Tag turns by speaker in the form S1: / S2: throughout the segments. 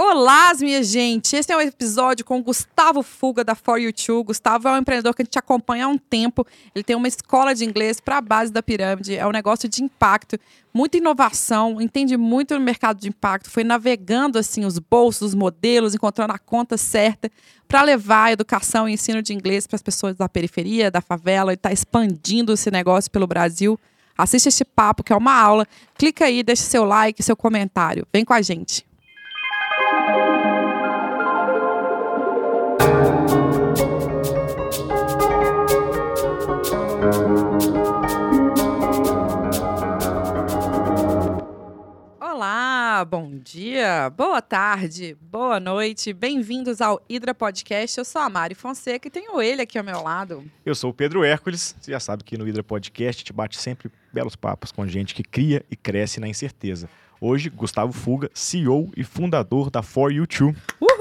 S1: Olá, minha gente! Esse é um episódio com o Gustavo Fuga, da For You Too. Gustavo é um empreendedor que a gente acompanha há um tempo. Ele tem uma escola de inglês para a base da pirâmide. É um negócio de impacto, muita inovação, entende muito no mercado de impacto. Foi navegando assim os bolsos, os modelos, encontrando a conta certa para levar a educação e ensino de inglês para as pessoas da periferia, da favela. Ele está expandindo esse negócio pelo Brasil. Assiste este papo, que é uma aula. Clica aí, deixa seu like, seu comentário. Vem com a gente. Olá, bom dia, boa tarde, boa noite, bem-vindos ao Hidra Podcast. Eu sou a Mari Fonseca e tenho ele aqui ao meu lado.
S2: Eu sou o Pedro Hércules, você já sabe que no Hidra Podcast a gente bate sempre belos papos com gente que cria e cresce na incerteza. Hoje, Gustavo Fuga, CEO e fundador da For You Too.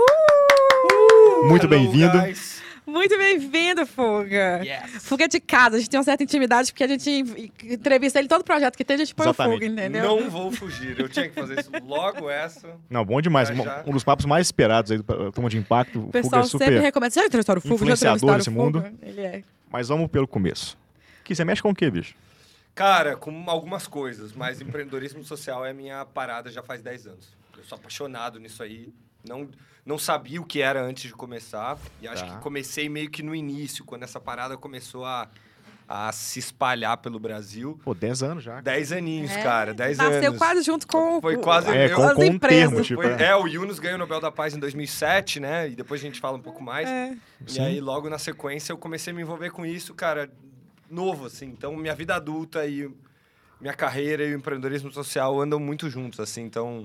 S1: Uhul!
S2: Muito bem-vindo.
S1: Muito bem-vindo, Fuga.
S3: Yes.
S1: Fuga é de casa, a gente tem uma certa intimidade porque a gente entrevista ele todo projeto que tem, a gente põe
S2: Exatamente.
S1: o Fuga, entendeu?
S3: Não vou fugir, eu tinha que fazer isso logo essa.
S2: Não, bom demais.
S3: Já.
S2: Um dos papos mais esperados aí do Turma de Impacto.
S1: O pessoal
S2: Fuga é
S1: sempre recomenda. Já entrevistaram o Fuga? Já
S2: influenciador
S1: entrevistaram o
S2: desse
S1: Fuga? Ele é.
S2: Mas vamos pelo começo. Que você mexe com o quê, bicho?
S3: Cara, com algumas coisas, mas empreendedorismo social é a minha parada já faz 10 anos. Eu sou apaixonado nisso aí. Não sabia o que era antes de começar. E acho que comecei meio que no início, quando essa parada começou a se espalhar pelo Brasil.
S2: Pô, 10 anos já.
S3: 10 aninhos, cara. 10
S1: Nasceu
S3: anos.
S1: quase junto com
S3: Foi quase
S2: com
S1: as
S2: um
S1: empresas.
S2: termo, tipo.
S3: O Yunus ganhou o Nobel da Paz em 2007, né? E depois a gente fala um pouco mais. E
S2: Sim.
S3: aí, logo na sequência, eu comecei a me envolver com isso, cara, novo, assim. Então, minha vida adulta e minha carreira e o empreendedorismo social andam muito juntos, assim. Então,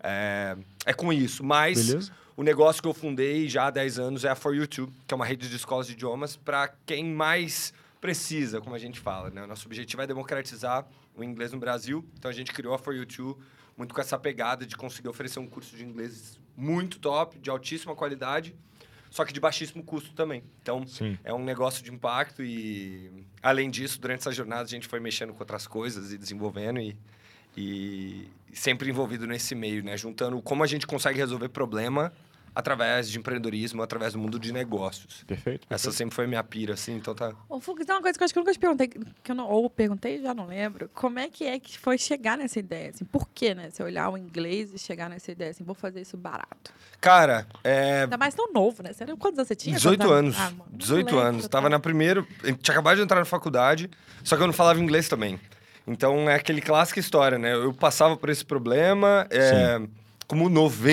S3: é com isso. Mas
S2: Beleza.
S3: o negócio que eu fundei já há 10 anos é a For You Too, que é uma rede de escolas de idiomas para quem mais precisa, como a gente fala, né? O nosso objetivo é democratizar o inglês no Brasil. Então, a gente criou a For You Too muito com essa pegada de conseguir oferecer um curso de inglês muito top, de altíssima qualidade, só que de baixíssimo custo também. Então,
S2: Sim.
S3: é um negócio de impacto e, além disso, durante essa jornada, a gente foi mexendo com outras coisas e desenvolvendo e sempre envolvido nesse meio, né? Juntando como a gente consegue resolver problema através de empreendedorismo, através do mundo de negócios.
S2: Perfeito.
S3: Essa sempre foi a minha pira, assim, então tá...
S1: Ô, Fuga, tem uma coisa que eu acho que eu nunca te perguntei, ou perguntei, já não lembro. Como é que foi chegar nessa ideia? Assim, por que, né? Você olhar o inglês e chegar nessa ideia, assim, vou fazer isso barato.
S3: Cara,
S1: Ainda mais tão novo, né? Quantos anos você tinha?
S3: 18 anos.
S1: Mano,
S3: 18
S1: moleque,
S3: anos.
S1: tá.
S3: Tava na primeira... Eu tinha acabado de entrar na faculdade, só que eu não falava inglês também. Então, é aquele clássica história, né? Eu passava por esse problema, como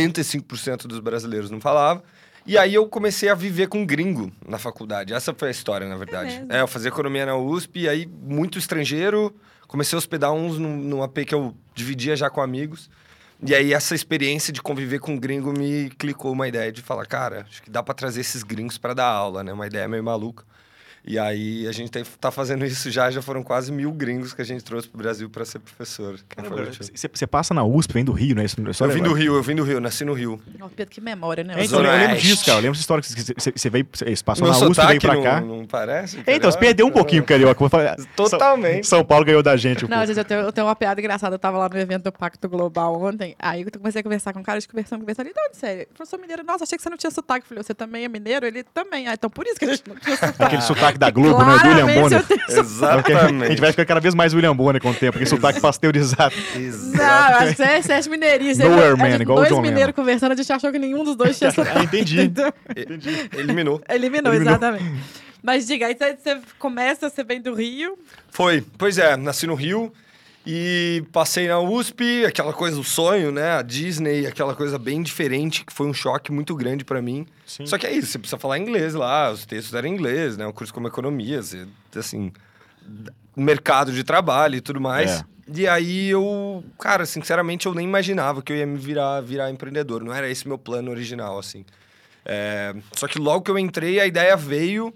S3: 95% dos brasileiros não falavam. E aí, eu comecei a viver com gringo na faculdade. Essa foi a história, na verdade.
S1: mesmo?
S3: Eu fazia economia na USP, e aí, muito estrangeiro. Comecei a hospedar uns num AP que eu dividia já com amigos. E aí, essa experiência de conviver com gringo me clicou uma ideia de falar, cara, acho que dá pra trazer esses gringos pra dar aula, né? Uma ideia meio maluca. E aí, a gente tá fazendo isso já foram quase 1.000 gringos que a gente trouxe pro Brasil pra ser professor.
S2: Você passa na USP, vem do Rio, né?
S3: Eu vim do Rio, nasci no Rio.
S1: Ó, Pedro, que memória, né?
S2: Então, eu
S3: Zona
S2: lembro
S3: Oeste.
S2: disso, cara. Eu lembro dessa história que você veio, você passou
S3: Meu
S2: na USP, veio
S3: sotaque
S2: pra cá.
S3: não parece?
S2: Então, você perdeu um pouquinho, carioca. Vou falar-
S3: Totalmente.
S2: São Paulo ganhou da gente um
S1: Não,
S2: pouco.
S1: gente, eu tenho uma piada engraçada. Eu tava lá no evento do Pacto Global ontem. Aí eu comecei a conversar com o cara, conversando. Ele, de onde você é? Professor mineiro. Nossa, achei que você não tinha sotaque. Eu falei, você também é mineiro? Ele também. Ah, então por isso que a gente não tinha sotaque.
S2: Aquele sotaque da Globo, né? Do William
S1: Claramente
S2: Bonner.
S1: eu tenho sotaque.
S2: A gente
S3: Exatamente.
S2: vai ficar cada vez mais William Bonner com o tempo, aquele sotaque pasteurizado.
S1: Não, acho que você é mineirinho.
S2: Nowhere Man, igual o
S1: dois
S2: John
S1: mineiros
S2: Lennon.
S1: conversando, a gente achou que nenhum dos dois tinha sotaque.
S2: Entendi.
S1: Entendeu?
S3: Eliminou.
S1: Eliminou, exatamente. Mas diga, aí você começa, você vem do Rio.
S3: Foi. Pois é, nasci no Rio e passei na USP, aquela coisa do sonho, né? A Disney, aquela coisa bem diferente, que foi um choque muito grande pra mim.
S2: Sim.
S3: Só que é isso, você precisa falar inglês lá, os textos eram em inglês, né? Um curso como economia, assim, mercado de trabalho e tudo mais.
S2: É.
S3: E aí cara, sinceramente, eu nem imaginava que eu ia me virar empreendedor. Não era esse meu plano original, assim. Só que logo que eu entrei, a ideia veio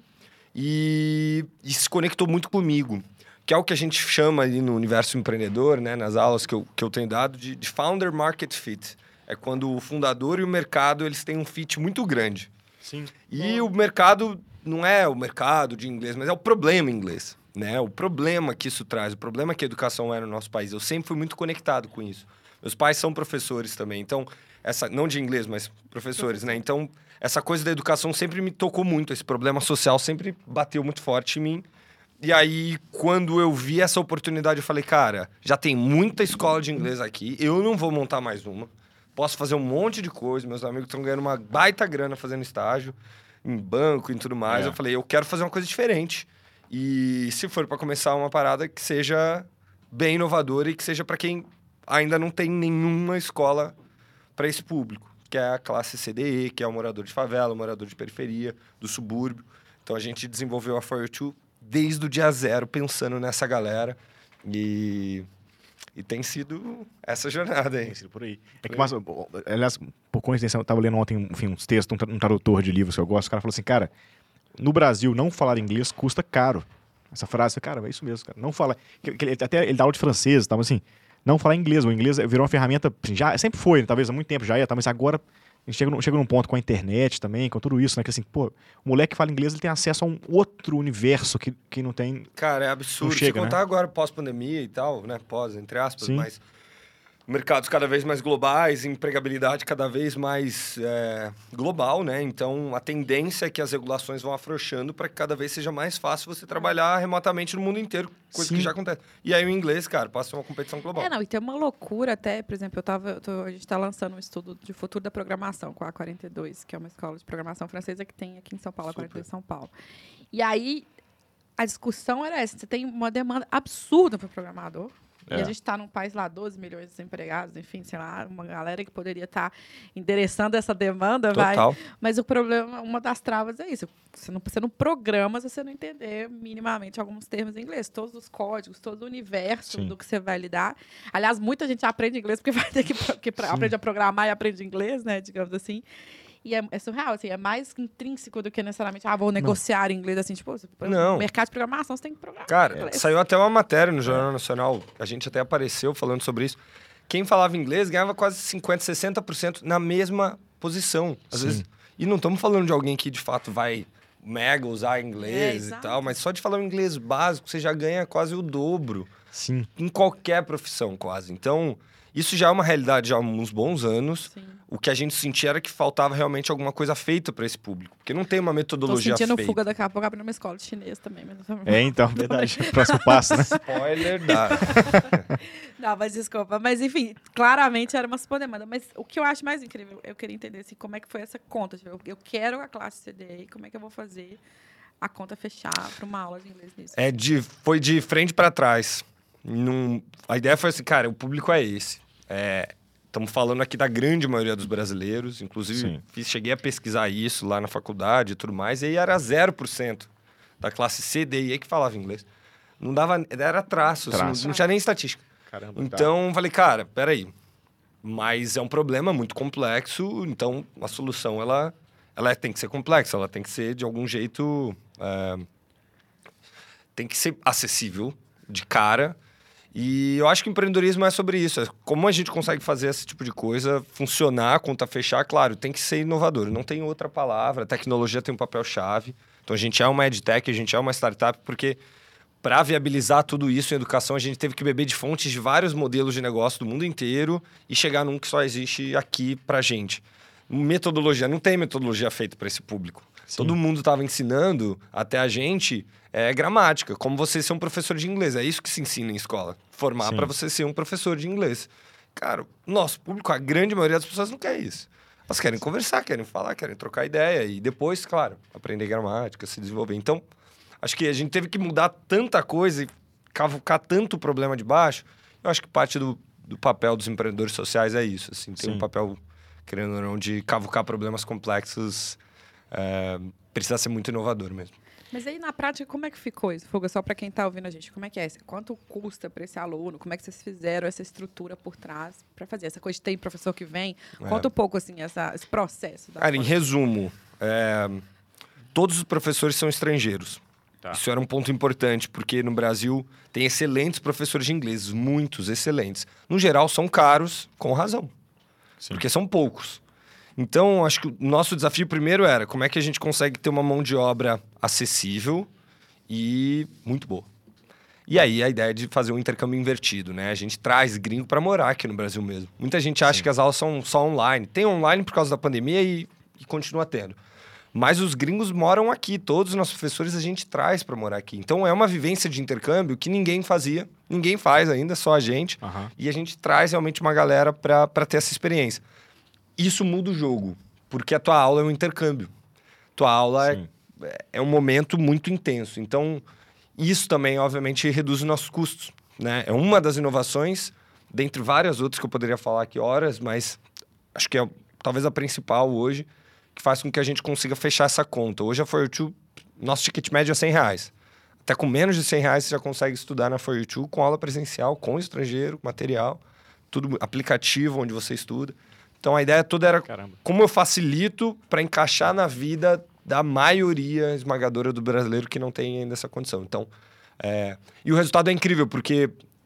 S3: e se conectou muito comigo. Que é o que a gente chama ali no universo empreendedor, né? Nas aulas que eu tenho dado, de Founder Market Fit. É quando o fundador e o mercado, eles têm um fit muito grande.
S2: Sim.
S3: E o mercado não é o mercado de inglês, mas é o problema em inglês, né? O problema que isso traz, o problema que a educação é no nosso país. Eu sempre fui muito conectado com isso. Meus pais são professores também, então, não de inglês, mas professores, né? Então, essa coisa da educação sempre me tocou muito, esse problema social sempre bateu muito forte em mim. E aí, quando eu vi essa oportunidade, eu falei, cara, já tem muita escola de inglês aqui, eu não vou montar mais uma. Posso fazer um monte de coisa, meus amigos estão ganhando uma baita grana fazendo estágio, em banco e tudo mais. Eu falei, eu quero fazer uma coisa diferente. E se for para começar uma parada que seja bem inovadora e que seja para quem ainda não tem nenhuma escola para esse público, que é a classe CDE, que é o morador de favela, o morador de periferia, do subúrbio. Então, a gente desenvolveu a For You Too desde o dia zero, pensando nessa galera. E tem sido essa jornada aí.
S2: Tem sido por aí. É que, mas, aliás, por coincidência, eu estava lendo ontem, enfim, uns textos, um tradutor de livros que eu gosto, o cara falou assim, cara, no Brasil, não falar inglês custa caro. Essa frase, cara, é isso mesmo, cara. Não fala... Até ele dá aula de francês, tava assim, não falar inglês. O inglês virou uma ferramenta, assim, já sempre foi, talvez há muito tempo já ia, mas agora a gente chega num ponto com a internet também, com tudo isso, né? Que assim, pô, o moleque que fala inglês, ele tem acesso a um outro universo que não tem...
S3: Cara, é absurdo.
S2: Chega,
S3: se contar
S2: né?
S3: agora pós-pandemia e tal, né? Pós, entre aspas,
S2: Sim.
S3: mas mercados cada vez mais globais, empregabilidade cada vez mais global, né? Então, a tendência é que as regulações vão afrouxando para que cada vez seja mais fácil você trabalhar remotamente no mundo inteiro, coisa
S2: Sim.
S3: que já acontece. E aí o inglês, cara, passa a ser uma competição global.
S1: Não, e tem uma loucura até, por exemplo, a gente está lançando um estudo de futuro da programação com a 42, que é uma escola de programação francesa que tem aqui em São Paulo, a 42 de São Paulo. E aí, a discussão era essa, você tem uma demanda absurda para o programador, e a gente está num país lá, 12 milhões de desempregados, enfim, sei lá, uma galera que poderia estar endereçando essa demanda,
S3: Total.
S1: Mas o problema, uma das travas é isso. Você não programa se você não entender minimamente alguns termos em inglês. Todos os códigos, todo o universo
S2: Sim.
S1: do que você vai lidar. Aliás, muita gente aprende inglês porque vai ter que aprende a programar e aprende inglês, né, digamos assim. E é surreal, assim, é mais intrínseco do que necessariamente, vou negociar em inglês, assim, tipo,
S3: Não.
S1: no mercado de programação você tem que programar.
S3: Cara,
S1: inglês.
S3: saiu até uma matéria no Jornal Nacional, a gente até apareceu falando sobre isso. Quem falava inglês ganhava quase 50%, 60% na mesma posição. Às vezes. E não estamos falando de alguém que, de fato, vai mega usar inglês e tal, mas só de falar um inglês básico, você já ganha quase o dobro.
S2: Sim.
S3: Em qualquer profissão, quase. Então, isso já é uma realidade já há uns bons anos.
S1: Sim.
S3: O que a gente sentia era que faltava realmente alguma coisa feita para esse público. Porque não tem uma
S1: Tô
S3: metodologia
S1: sentindo
S3: feita.
S1: fuga daqui a pouco, abrindo uma escola de chinês também. Mas não...
S2: Então, verdade. Próximo passo, né?
S3: Spoiler da...
S1: Não, mas desculpa. Mas, enfim, claramente era uma demanda. Mas o que eu acho mais incrível, eu queria entender assim, como é que foi essa conta. Tipo, eu quero a classe CDE, como é que eu vou fazer a conta fechar para uma aula de inglês nisso?
S3: Foi de frente para trás. A ideia foi assim, cara, o público é esse. Estamos falando aqui da grande maioria dos brasileiros. Inclusive, cheguei a pesquisar isso lá na faculdade e tudo mais. E aí era 0% da classe C, D e E que falava inglês. Não dava... Era traço. Assim, não tinha nem estatística.
S2: Caramba,
S3: Então, falei, cara, peraí. Mas é um problema muito complexo. Então, a solução, ela tem que ser complexa. Ela tem que ser, de algum jeito... tem que ser acessível, de cara. E eu acho que o empreendedorismo é sobre isso. É como a gente consegue fazer esse tipo de coisa funcionar, conta fechar. Claro, tem que ser inovador. Não tem outra palavra. A tecnologia tem um papel-chave. Então, a gente é uma edtech, a gente é uma startup, porque para viabilizar tudo isso em educação, a gente teve que beber de fontes de vários modelos de negócio do mundo inteiro e chegar num que só existe aqui pra gente. Metodologia, não tem metodologia feita para esse público.
S2: Sim.
S3: Todo mundo estava ensinando até a gente gramática, como você ser um professor de inglês. É isso que se ensina em escola. Formar para você ser um professor de inglês. Cara, nosso público, a grande maioria das pessoas não quer isso. Elas querem conversar, querem falar, querem trocar ideia. E depois, claro, aprender gramática, se desenvolver. Então, acho que a gente teve que mudar tanta coisa e cavucar tanto problema de baixo. Eu acho que parte do papel dos empreendedores sociais é isso. Assim, tem um papel, querendo ou não, de cavucar problemas complexos. Precisa ser muito inovador mesmo.
S1: Mas aí, na prática, como é que ficou isso, Fuga? Só para quem está ouvindo a gente, como é que é? Quanto custa para esse aluno? Como é que vocês fizeram essa estrutura por trás para fazer? Essa coisa de tem professor que vem? Conta um pouco, assim, esse processo.
S3: Cara, em resumo, todos os professores são estrangeiros. Tá. Isso era um ponto importante, porque no Brasil tem excelentes professores de inglês, muitos excelentes. No geral, são caros, com razão, porque são poucos. Então, acho que o nosso desafio primeiro era como é que a gente consegue ter uma mão de obra acessível e muito boa. E aí a ideia de fazer um intercâmbio invertido, né? A gente traz gringo para morar aqui no Brasil mesmo. Muita gente acha que as aulas são só online. Tem online por causa da pandemia e continua tendo. Mas os gringos moram aqui. Todos os nossos professores a gente traz para morar aqui. Então é uma vivência de intercâmbio que ninguém fazia. Ninguém faz ainda, só a gente. E a gente traz realmente uma galera para ter essa experiência. Isso muda o jogo, porque a tua aula é um intercâmbio. Tua aula é um momento muito intenso. Então... Isso também, obviamente, reduz os nossos custos, né? É uma das inovações, dentre várias outras que eu poderia falar aqui horas, mas acho que é talvez a principal hoje, que faz com que a gente consiga fechar essa conta. Hoje a For You2, nosso ticket médio é R$100. Até com menos de R$100 você já consegue estudar na For You2 com aula presencial, com estrangeiro, material, tudo aplicativo onde você estuda. Então a ideia toda era como eu facilito para encaixar na vida da maioria esmagadora do brasileiro que não tem ainda essa condição. Então, e o resultado é incrível, porque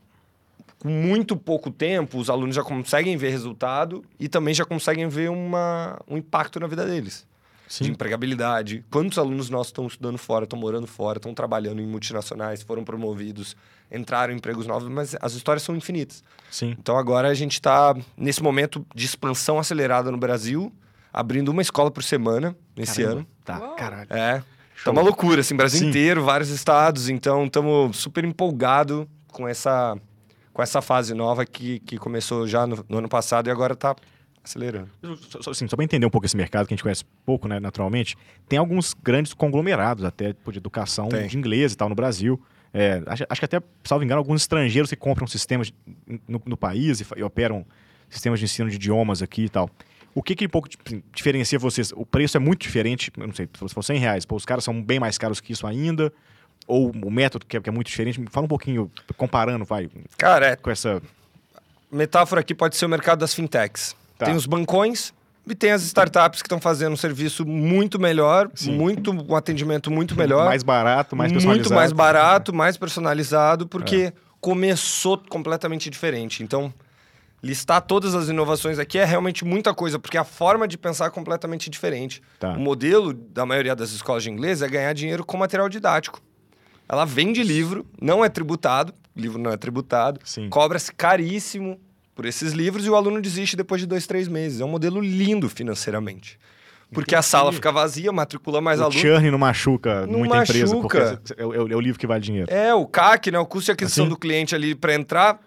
S3: com muito pouco tempo, os alunos já conseguem ver resultado e também já conseguem ver um impacto na vida deles. De empregabilidade. Quantos alunos nossos estão estudando fora, estão morando fora, estão trabalhando em multinacionais, foram promovidos, entraram em empregos novos, mas as histórias são infinitas. Então, agora a gente está nesse momento de expansão acelerada no Brasil, abrindo uma escola por semana nesse ano.
S2: Caralho.
S3: Tá uma loucura, assim, Brasil inteiro, vários estados. Então, estamos super empolgados com essa fase nova que começou já no ano passado e agora está acelerando.
S2: Só para entender um pouco esse mercado, que a gente conhece pouco, né, naturalmente, tem alguns grandes conglomerados até de educação de inglês e tal no Brasil. Acho que até, salvo engano, alguns estrangeiros que compram sistemas no país e operam sistemas de ensino de idiomas aqui e tal. O que um pouco diferencia vocês? O preço é muito diferente, eu não sei, se for R$100, pô, os caras são bem mais caros que isso ainda, ou o método que é muito diferente? Me fala um pouquinho, comparando,
S3: Cara,
S2: com essa...
S3: metáfora aqui pode ser o mercado das fintechs. Tem os bancões e tem as startups que estão fazendo um serviço muito melhor, um atendimento muito melhor.
S2: Mais barato, mais personalizado.
S3: Muito mais barato, mais personalizado, porque começou completamente diferente. Então... listar todas as inovações aqui é realmente muita coisa, porque a forma de pensar é completamente diferente. O modelo da maioria das escolas de inglês é ganhar dinheiro com material didático. Ela vende livro, não é tributado, livro não é tributado, cobra-se caríssimo por esses livros e o aluno desiste depois de 2, 3 meses. É um modelo lindo financeiramente. Porque a sala fica vazia, matricula mais alunos.
S2: O churn não machuca muita empresa, porque é o livro que vale dinheiro.
S3: O CAC, né, o custo de aquisição do cliente ali para entrar...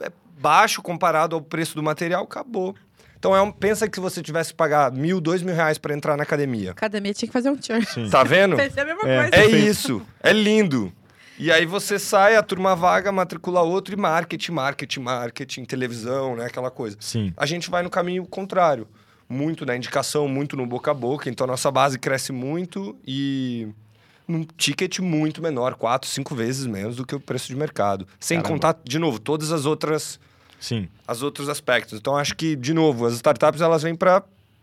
S3: baixo comparado ao preço do material, acabou. Então, pensa que se você tivesse que pagar R$1.000, R$2.000 para entrar na academia.
S1: Academia tinha que fazer um churn.
S3: Tá vendo?
S1: Pensei a mesma coisa.
S3: É isso. É lindo. E aí você sai, a turma vaga, matricula outro e marketing, televisão, né? Aquela coisa. A gente vai no caminho contrário. Muito na indicação, muito no boca a boca. Então, a nossa base cresce muito e... num ticket muito menor, 4, 5 vezes menos do que o preço de mercado. Sem contar, de novo, todas as outras... Os outros aspectos. Então, acho que, de novo, as startups, elas vêm para...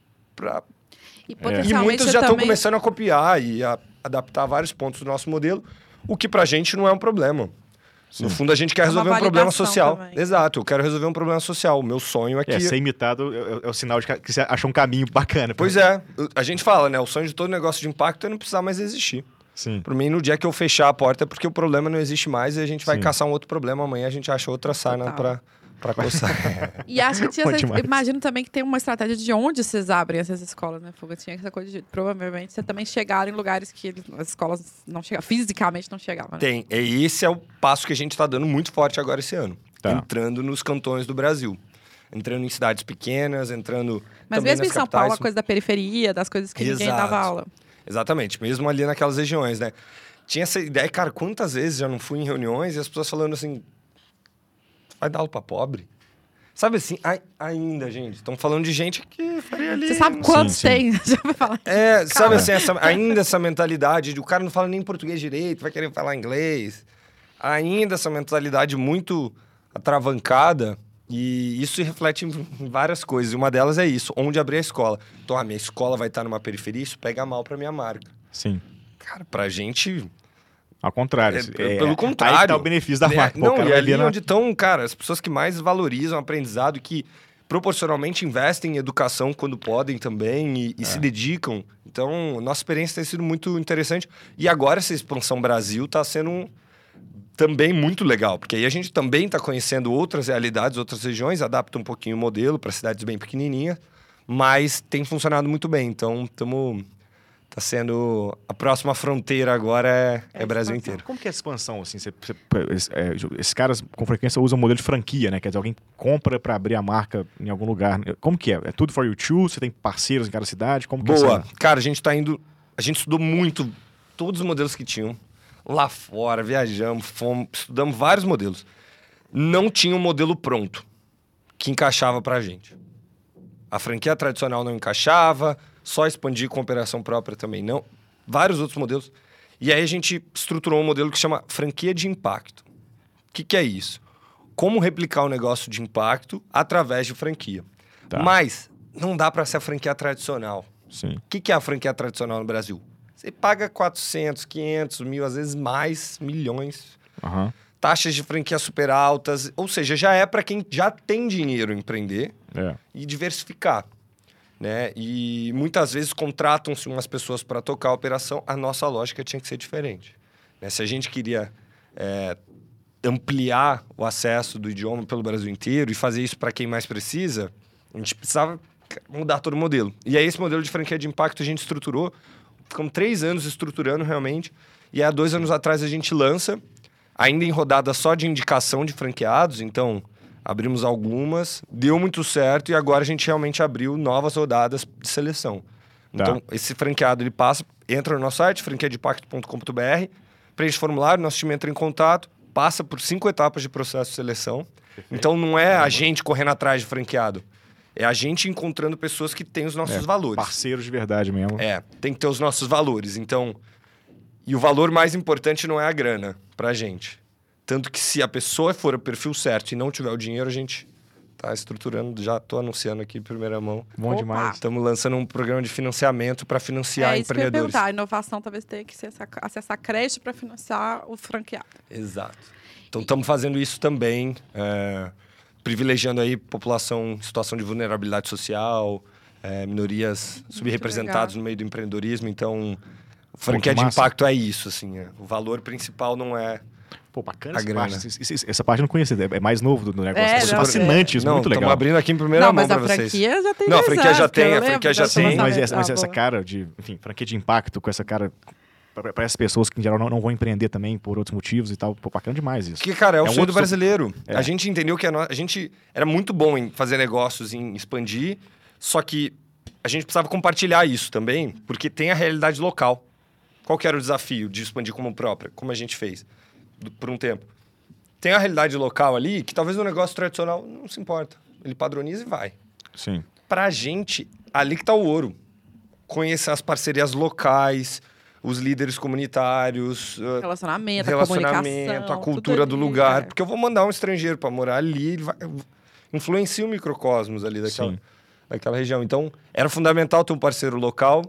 S3: E muitos já estão começando a copiar e a adaptar vários pontos do nosso modelo, o que pra gente não é um problema. No fundo, a gente quer resolver um problema social. Também. Exato, eu quero resolver um problema social. O meu sonho é que...
S2: ser imitado é o sinal de que você achou um caminho bacana.
S3: Pois é. A gente fala, né? O sonho de todo negócio de impacto é não precisar mais existir. Por mim, no dia que eu fechar a porta é porque o problema não existe mais e a gente vai caçar um outro problema. Amanhã a gente acha outra sarna pra coçar.
S1: E acho que imagino também que tem uma estratégia de onde vocês abrem essas escolas, né, Fuga? Tinha essa coisa de, provavelmente, você também chegaram em lugares que as escolas não chegavam, fisicamente não chegavam. Né?
S3: Tem. E esse é o passo que a gente está dando muito forte agora esse ano. Entrando nos cantões do Brasil. Entrando em cidades pequenas, entrando
S1: Mas
S3: também
S1: mesmo
S3: nas
S1: em São
S3: capitais.
S1: Paulo, a coisa da periferia, das coisas que ninguém dava aula.
S3: Exatamente. Mesmo ali naquelas regiões, né? Tinha essa ideia, cara, quantas vezes já não fui em reuniões e as pessoas falando assim, vai dar aula pra pobre? Sabe assim, ainda, gente, estão falando de gente que faria ali...
S1: Você sabe quantos tem? Já vai falar.
S3: Sabe assim, ainda essa mentalidade de o cara não fala nem português direito, vai querer falar inglês. Ainda essa mentalidade muito atravancada e isso se reflete em várias coisas. E uma delas é isso, onde abrir a escola. Então, a minha escola vai estar numa periferia, isso pega mal pra minha marca. Cara, pra gente...
S2: Ao contrário.
S3: Pelo contrário.
S2: Aí tá o benefício da marca.
S3: Não, e ali onde estão, cara, as pessoas que mais valorizam o aprendizado, que proporcionalmente investem em educação quando podem também e se dedicam. Então, nossa experiência tem sido muito interessante. E agora essa expansão Brasil está sendo também muito legal, porque aí a gente também está conhecendo outras realidades, outras regiões, adapta um pouquinho o modelo para cidades bem pequenininhas, mas tem funcionado muito bem. Então, tá sendo... A próxima fronteira agora é Brasil inteiro.
S2: Como que é a expansão, assim? Esses caras, com frequência, usam o modelo de franquia, né? Quer dizer, alguém compra para abrir a marca em algum lugar. Como que é? É tudo for you too? Você tem parceiros em cada cidade? Como que
S3: Boa. Cara, a gente tá indo... A gente estudou muito todos os modelos que tinham. Lá fora, viajamos, fomos, estudamos vários modelos. Não tinha um modelo pronto que encaixava pra gente. A franquia tradicional não encaixava, só expandir com operação própria também não. Vários outros modelos. E aí a gente estruturou um modelo que chama franquia de impacto. O que é isso? Como replicar um negócio de impacto através de franquia.
S2: Tá.
S3: Mas não dá para ser a franquia tradicional.
S2: Sim.
S3: O que é a franquia tradicional no Brasil? Você paga 400, 500, 1.000, às vezes mais, milhões.
S2: Aham.
S3: Taxas de franquia super altas. Ou seja, já é para quem já tem dinheiro empreender e diversificar. Né? E muitas vezes contratam-se umas pessoas para tocar a operação. A nossa lógica tinha que ser diferente. Né? Se a gente queria ampliar o acesso do idioma pelo Brasil inteiro e fazer isso para quem mais precisa, a gente precisava mudar todo o modelo. E aí esse modelo de franquia de impacto a gente estruturou. Ficamos 3 anos estruturando realmente. E há 2 anos atrás a gente lança, ainda em rodada só de indicação de franqueados. Então, abrimos algumas, deu muito certo e agora a gente realmente abriu novas rodadas de seleção. Então, esse franqueado, ele passa, entra no nosso site, franquiadeimpacto.com.br, preenche o formulário, nosso time entra em contato, passa por 5 etapas de processo de seleção. Perfeito. Então, não é a gente correndo atrás de franqueado. É a gente encontrando pessoas que têm os nossos valores.
S2: Parceiros de verdade mesmo.
S3: Tem que ter os nossos valores. Então, e o valor mais importante não é a grana pra gente. Tanto que se a pessoa for o perfil certo e não tiver o dinheiro, a gente tá estruturando, já tô anunciando aqui em primeira mão.
S2: Bom demais.
S3: Estamos lançando um programa de financiamento para financiar
S1: isso que eu ia
S3: empreendedores.
S1: perguntar. A inovação talvez tenha que acessar crédito para financiar o franqueado.
S3: Exato. Então, estamos fazendo isso também, privilegiando aí população em situação de vulnerabilidade social, minorias subrepresentadas no meio do empreendedorismo. Então, franquia de impacto é isso, assim. O valor principal não é
S2: Pô, bacana
S3: a
S2: essa
S3: grana.
S2: parte. Essa parte eu não conhecia, é mais novo do negócio. É fascinante isso, muito legal.
S3: Estamos abrindo aqui em primeira mão para vocês.
S1: Mas a franquia já tem.
S3: Não, a franquia já tem, a franquia já tem.
S2: Mas essa cara de, enfim, franquia de impacto com essa cara para essas pessoas que em geral não vão empreender também por outros motivos e tal. Pô, bacana demais isso.
S3: Que, cara, é o sonho do brasileiro. A gente entendeu que a gente era muito bom em fazer negócios, em expandir, só que a gente precisava compartilhar isso também, porque tem a realidade local. Qual que era o desafio de expandir como própria, como a gente fez por um tempo? Tem a realidade local ali, que talvez no negócio tradicional não se importa. Ele padroniza e vai.
S2: Sim.
S3: Pra gente, ali que tá o ouro. Conhecer as parcerias locais, os líderes comunitários,
S1: relacionamento, a comunicação,
S3: a cultura do lugar. Porque eu vou mandar um estrangeiro para morar ali, ele vai influencia o microcosmos ali daquela região. Então, era fundamental ter um parceiro local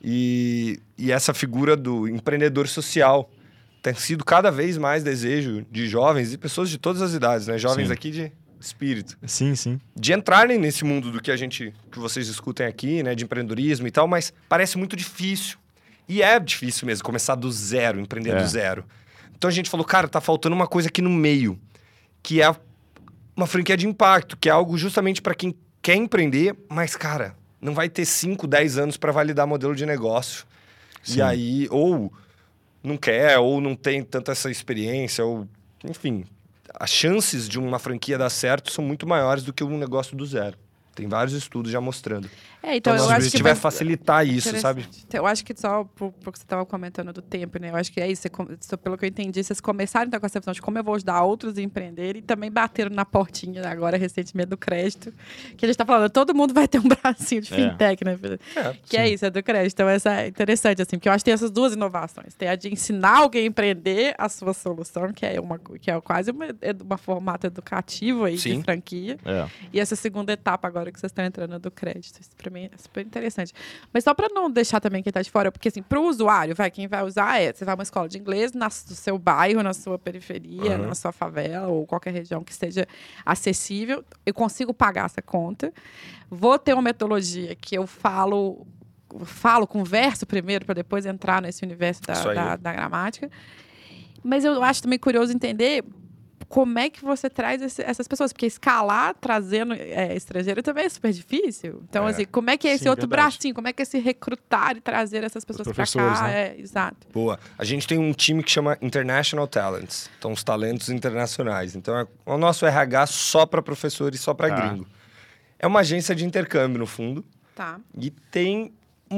S3: e essa figura do empreendedor social tem sido cada vez mais desejo de jovens e pessoas de todas as idades, né? Jovens aqui de espírito.
S2: Sim, sim.
S3: De entrarem nesse mundo do que vocês discutem aqui, né? De empreendedorismo e tal, mas parece muito difícil. E é difícil mesmo, começar do zero, empreender do zero. Então a gente falou, cara, tá faltando uma coisa aqui no meio, que é uma franquia de impacto, que é algo justamente para quem quer empreender, mas, cara, não vai ter 5, 10 anos para validar modelo de negócio. Sim. E aí, ou não quer, ou não tem tanta essa experiência, ou... Enfim, as chances de uma franquia dar certo são muito maiores do que um negócio do zero. Tem vários estudos já mostrando.
S1: Então eu
S3: nosso
S1: acho
S3: objetivo é facilitar isso, sabe?
S1: Eu acho que só porque você estava comentando do tempo, né? Eu acho que é isso. Pelo que eu entendi, vocês começaram então, com essa visão de como eu vou ajudar outros a empreenderem e também bateram na portinha agora, recentemente, do crédito. Que a gente está falando, todo mundo vai ter um bracinho de fintech, né? Que é isso, é do crédito. Então, essa é interessante, assim, porque eu acho que tem essas duas inovações. Tem a de ensinar alguém a empreender a sua solução, que é quase uma formato educativo aí de franquia. E essa segunda etapa agora que vocês estão entrando do crédito. Isso para mim é super interessante. Mas só para não deixar também quem está de fora, porque assim, para o usuário, quem vai usar você vai a uma escola de inglês no seu bairro, na sua periferia, na sua favela ou qualquer região que seja acessível. Eu consigo pagar essa conta. Vou ter uma metodologia que eu converso primeiro para depois entrar nesse universo da gramática. Mas eu acho também curioso entender como é que você traz essas pessoas. Porque escalar trazendo estrangeiro também é super difícil. Então, assim, como é que é esse outro bracinho? Como é que é esse recrutar e trazer essas pessoas pra cá?
S2: Né?
S1: Exato.
S3: Boa. A gente tem um time que chama International Talents. Então, os talentos internacionais. Então, o nosso RH só para professor e só para gringo. É uma agência de intercâmbio, no fundo.
S1: Tá.
S3: E tem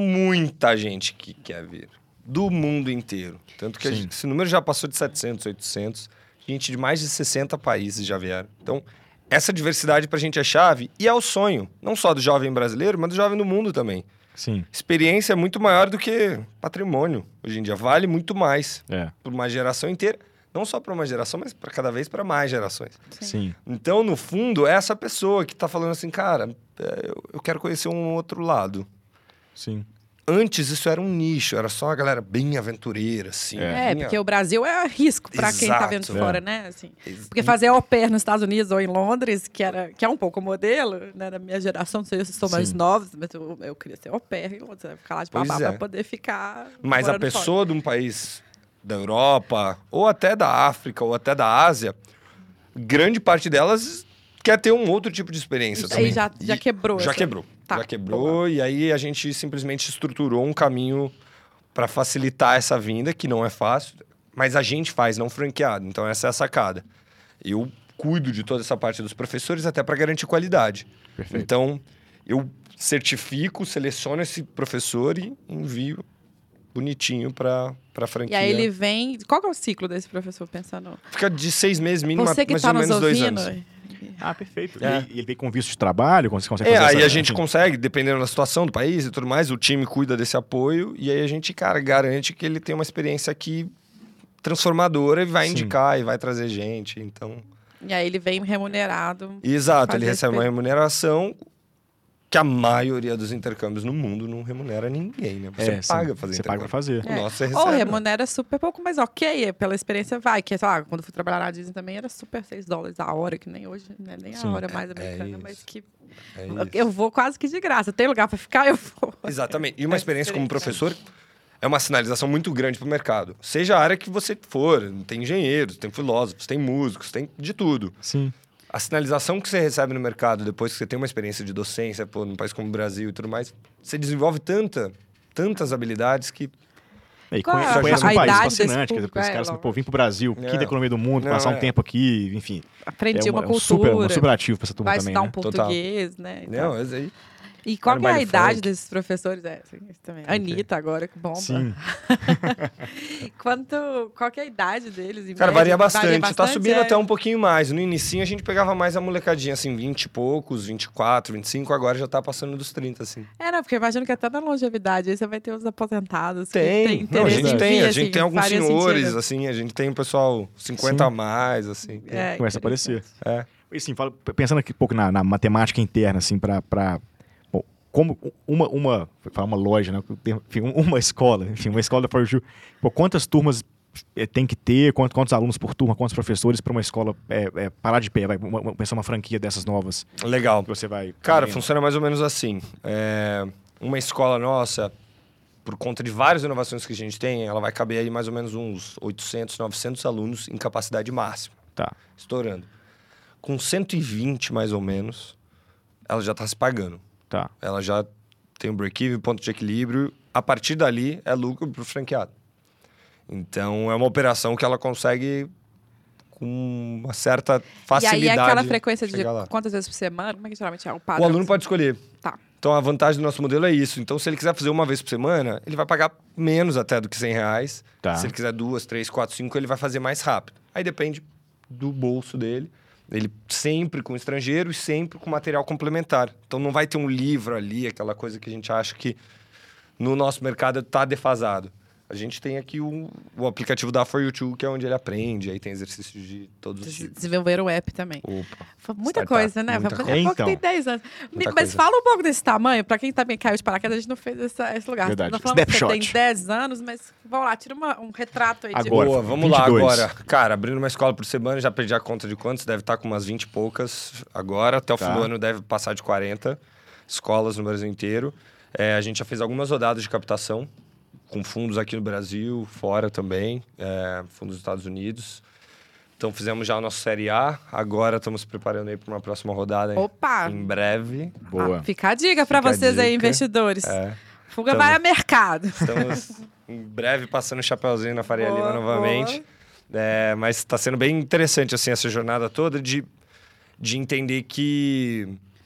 S3: muita gente que quer vir. Do mundo inteiro. Tanto que esse número já passou de 700, 800. Gente de mais de 60 países já vieram. Então, essa diversidade pra gente é chave e é o sonho. Não só do jovem brasileiro, mas do jovem do mundo também.
S2: Sim.
S3: Experiência é muito maior do que patrimônio. Hoje em dia, vale muito mais. Por uma geração inteira. Não só para uma geração, mas para cada vez para mais gerações.
S2: Sim.
S3: Então, no fundo, é essa pessoa que tá falando assim, cara, eu quero conhecer um outro lado.
S2: Sim.
S3: Antes isso era um nicho, era só a galera bem aventureira, assim.
S1: Porque o Brasil é risco para quem tá vendo de fora, né? Assim, porque fazer au pair nos Estados Unidos ou em Londres, que é um pouco modelo, né? Da minha geração, não sei se são mais novos, mas eu queria ser au pair em Londres, ficar lá de babá para poder ficar.
S3: Mas a pessoa de um país da Europa, ou até da África, ou até da Ásia, grande parte delas quer ter um outro tipo de experiência também.
S1: Aí já quebrou.
S3: Já quebrou. Já quebrou, e aí a gente simplesmente estruturou um caminho para facilitar essa vinda, que não é fácil, mas a gente faz, não franqueado. Então, essa é a sacada. Eu cuido de toda essa parte dos professores até para garantir qualidade.
S2: Perfeito.
S3: Então, eu certifico, seleciono esse professor e envio bonitinho para franquia.
S1: E aí ele vem... Qual que é o ciclo desse professor, pensando?
S3: Fica de 6 meses mínimo,
S1: Você que
S3: mais
S1: tá
S3: ou menos
S1: nos
S3: 2
S1: ouvindo,
S3: anos.
S2: Perfeito. E ele vem com visto de trabalho? Você consegue fazer
S3: aí a gente consegue, dependendo da situação do país e tudo mais, o time cuida desse apoio e aí a gente, garante que ele tem uma experiência aqui transformadora e vai indicar e vai trazer gente, então...
S1: E aí ele vem remunerado.
S3: Exato, ele recebe uma remuneração que a maioria dos intercâmbios no mundo não remunera ninguém, né? Você paga pra fazer
S2: Você paga pra fazer.
S3: O nosso você recebe.
S1: Ou remunera super pouco, mas ok, pela experiência vai. Que, sei lá, quando eu fui trabalhar na Disney também era super $6 a hora, que nem hoje, né? Nem a hora mais americana, mas que... eu vou quase que de graça. Tem lugar pra ficar, eu vou.
S3: Exatamente. E uma experiência como professor é uma sinalização muito grande pro mercado. Seja a área que você for, tem engenheiros, tem filósofos, tem músicos, tem de tudo.
S2: Sim.
S3: A sinalização que você recebe no mercado depois que você tem uma experiência de docência, num país como o Brasil e tudo mais, você desenvolve tantas habilidades que...
S2: E conhece um país fascinante, os caras vim pro Brasil, aqui da economia do mundo, passar um tempo aqui, enfim.
S1: Aprendi uma cultura.
S2: Super ativo pra essa turma também,
S1: vai estudar um português, né?
S3: Não, é aí.
S1: E qual é a idade desses professores? Também. Anitta agora, que bomba.
S2: Sim.
S1: Qual que é a idade deles?
S3: Cara, varia bastante. Tá subindo até um pouquinho mais. No inicinho a gente pegava mais a molecadinha, assim, 20 e poucos, 24, 25. Agora já tá passando dos 30, assim.
S1: Não, porque eu imagino que até na longevidade aí você vai ter os aposentados.
S3: Tem.
S1: Não,
S3: a gente tem. A gente tem alguns senhores,
S1: sentido.
S3: assim. A gente tem um pessoal 50 a mais, assim.
S2: Começa a aparecer.
S3: E
S2: assim, pensando aqui um pouco na matemática interna, assim, pra como uma loja, né? Enfim, uma escola da ForYou, quantas turmas tem que ter, quantos alunos por turma, quantos professores para uma escola parar de pé, pensar uma franquia dessas novas.
S3: Legal.
S2: Que você vai...
S3: Cara, funciona mais ou menos assim. Uma escola nossa, por conta de várias inovações que a gente tem, ela vai caber aí mais ou menos uns 800, 900 alunos em capacidade máxima.
S2: Tá.
S3: Estourando. Com 120, mais ou menos, ela já está se pagando.
S2: Tá.
S3: Ela já tem um break-even, ponto de equilíbrio. A partir dali, é lucro para o franqueado. Então, é uma operação que ela consegue com uma certa facilidade.
S1: E aí, aquela frequência de quantas vezes por semana? Como é que geralmente é o padrão?
S3: O aluno pode escolher.
S1: Tá.
S3: Então, a vantagem do nosso modelo é isso. Então, se ele quiser fazer uma vez por semana, ele vai pagar menos até do que R$100.
S2: Tá.
S3: Se ele quiser 2, 3, 4, 5, ele vai fazer mais rápido. Aí depende do bolso dele. Ele sempre com estrangeiro e sempre com material complementar. Então não vai ter um livro ali, aquela coisa que a gente acha que no nosso mercado está defasado. A gente tem aqui o aplicativo da ForYou, que é onde ele aprende. Aí tem exercícios de todos os tipos.
S1: Desenvolveram o app também.
S3: Opa.
S1: Muita coisa, né?
S3: Muita
S1: coisa. Pouco tem 10 anos. Mas fala um pouco desse tamanho. Para quem também caiu de paraquedas, a gente não fez esse lugar.
S2: Verdade.
S1: Nós falamos que você tem 10 anos, mas vamos lá, tira um retrato aí.
S2: Agora,
S3: Boa, vamos
S2: 22.
S3: lá agora. Cara, abrindo uma escola por semana, já perdi a conta de quantos. Deve estar com umas 20 e poucas agora. Até o fim do ano deve passar de 40 escolas no Brasil inteiro. A gente já fez algumas rodadas de captação. com fundos aqui no Brasil, fora também, fundos dos Estados Unidos. Então, fizemos já a nossa Série A. Agora, estamos preparando aí para uma próxima rodada
S1: Opa!
S3: em breve.
S2: Boa.
S1: Fica a dica para
S3: Fica a
S1: vocês aí,
S3: dica.
S1: investidores. Fuga
S3: Tamo-
S1: vai a mercado.
S3: Estamos em breve passando o chapeuzinho na Faria
S1: Boa,
S3: Lima novamente. Mas está sendo bem interessante assim, essa jornada toda de entender que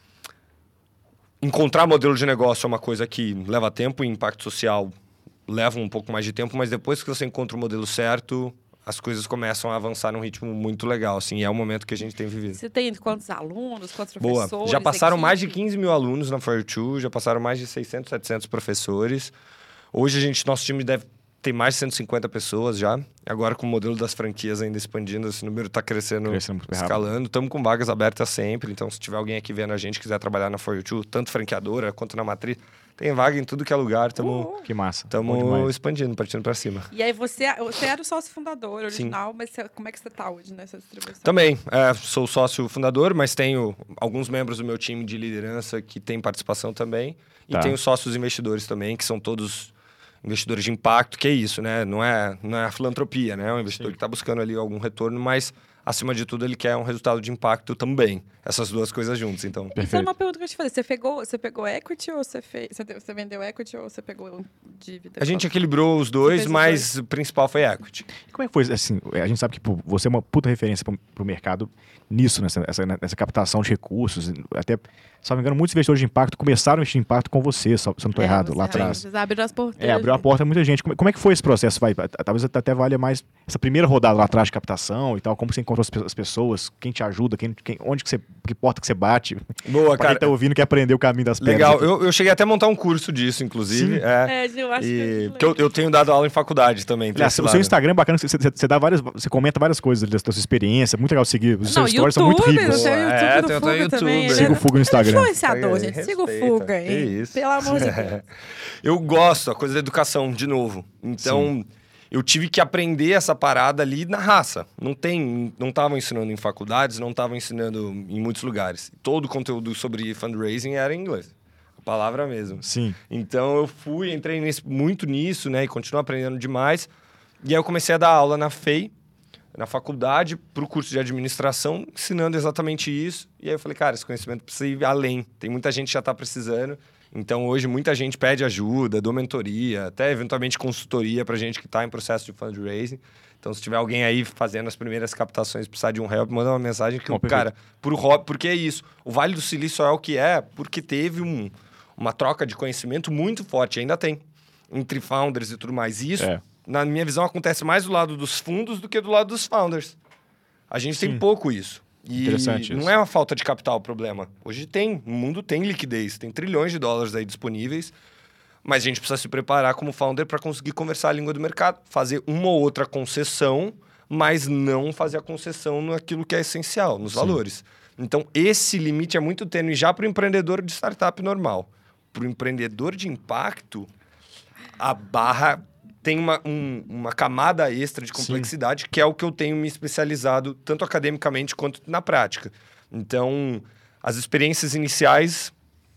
S3: encontrar modelo de negócio é uma coisa que leva tempo e impacto social leva um pouco mais de tempo, mas depois que você encontra o modelo certo, as coisas começam a avançar num ritmo muito legal, assim, e é o momento que a gente tem vivido.
S1: Você tem quantos alunos, quantos
S3: Boa.
S1: professores?
S3: Já passaram mais de
S1: equipe?
S3: 15 mil alunos na For2, já passaram mais de 600, 700 professores. Hoje, nosso time deve ter mais de 150 pessoas já. Agora, com o modelo das franquias ainda expandindo, esse número está crescendo
S2: Muito rápido.
S3: escalando. Estamos com vagas abertas sempre. Então, se tiver alguém aqui vendo a gente, quiser trabalhar na For2, tanto franqueadora quanto na matriz, tem vaga em tudo que é lugar. Estamos
S2: Que massa. Bom demais.
S3: expandindo, partindo para cima.
S1: E aí você era o sócio fundador original, mas como é que você está hoje nessa distribuição?
S3: Também, sou sócio fundador, mas tenho alguns membros do meu time de liderança que têm participação também. E
S2: Tá.
S3: tenho sócios investidores também, que são todos investidores de impacto, que é isso, né? Não é a filantropia, né? É um investidor que está buscando ali algum retorno, mas, acima de tudo, ele quer um resultado de impacto também. Essas duas coisas juntas, então.
S1: Isso é uma pergunta que eu te falei. Você pegou equity ou você vendeu equity ou você pegou dívida?
S3: A gente equilibrou os dois,
S1: fez os
S3: mas o principal foi equity.
S2: E como é que foi, assim, a gente sabe que pô, você é uma puta referência pro mercado nisso, nessa captação de recursos, até, se não me engano, muitos investidores de impacto começaram a investir em impacto com você, se eu não estou errado, lá atrás.
S1: Vocês abriram as porteiras.
S2: Abriu a porta a muita gente. Como é que foi esse processo? Talvez até valha mais essa primeira rodada lá atrás de captação e tal, como você encontrou as pessoas, quem te ajuda, onde que porta que você bate.
S3: Boa,
S2: Pra quem tá ouvindo que aprender o caminho das pedras.
S3: Legal.
S2: aqui.
S3: Eu cheguei até a montar um curso disso, inclusive.
S1: Eu acho que
S3: Porque eu tenho dado aula em faculdade também. tem
S2: Aliás,
S3: esse
S2: o
S3: lado.
S2: seu Instagram é bacana, você dá você comenta várias coisas da sua experiência, muito legal seguir. Os seus stories são muito ricos.
S1: Tem o YouTube do
S3: tem
S1: Fuga
S3: YouTube.
S1: também.
S3: Siga
S2: o Fuga no Instagram.
S1: Ele é influenciador,
S3: Respeita,
S1: gente. Siga o
S3: respeita.
S1: Fuga
S3: Que
S1: aí.
S3: isso.
S1: Pelo amor de Deus.
S3: Eu gosto, a coisa da educação, de novo. Então, eu tive que aprender essa parada ali na raça. Não estavam ensinando em faculdades, não estavam ensinando em muitos lugares. Todo o conteúdo sobre fundraising era em inglês. A palavra mesmo.
S2: Sim.
S3: Então, eu entrei muito nisso, né? E continuo aprendendo demais. E aí, eu comecei a dar aula na FEI, na faculdade, para o curso de administração, ensinando exatamente isso. E aí eu falei, cara, esse conhecimento precisa ir além. Tem muita gente que já está precisando. Então, hoje, muita gente pede ajuda, dou mentoria, até eventualmente consultoria para gente que está em processo de fundraising. Então, se tiver alguém aí fazendo as primeiras captações, precisar de um help, manda uma mensagem que, cara, por hobby, porque é isso. O Vale do Silício é o que é, porque teve uma troca de conhecimento muito forte, ainda tem, entre founders e tudo mais. E isso, na minha visão, acontece mais do lado dos fundos do que do lado dos founders. A gente tem pouco isso. E
S2: Interessante
S3: não
S2: isso.
S3: é uma falta de capital o problema. Hoje o mundo tem liquidez, tem trilhões de dólares aí disponíveis, mas a gente precisa se preparar como founder para conseguir conversar a língua do mercado, fazer uma ou outra concessão, mas não fazer a concessão naquilo que é essencial, nos valores. Então, esse limite é muito tênue já para o empreendedor de startup normal. Para o empreendedor de impacto, a barra tem uma camada extra de complexidade, que é o que eu tenho me especializado, tanto academicamente quanto na prática. Então, as experiências iniciais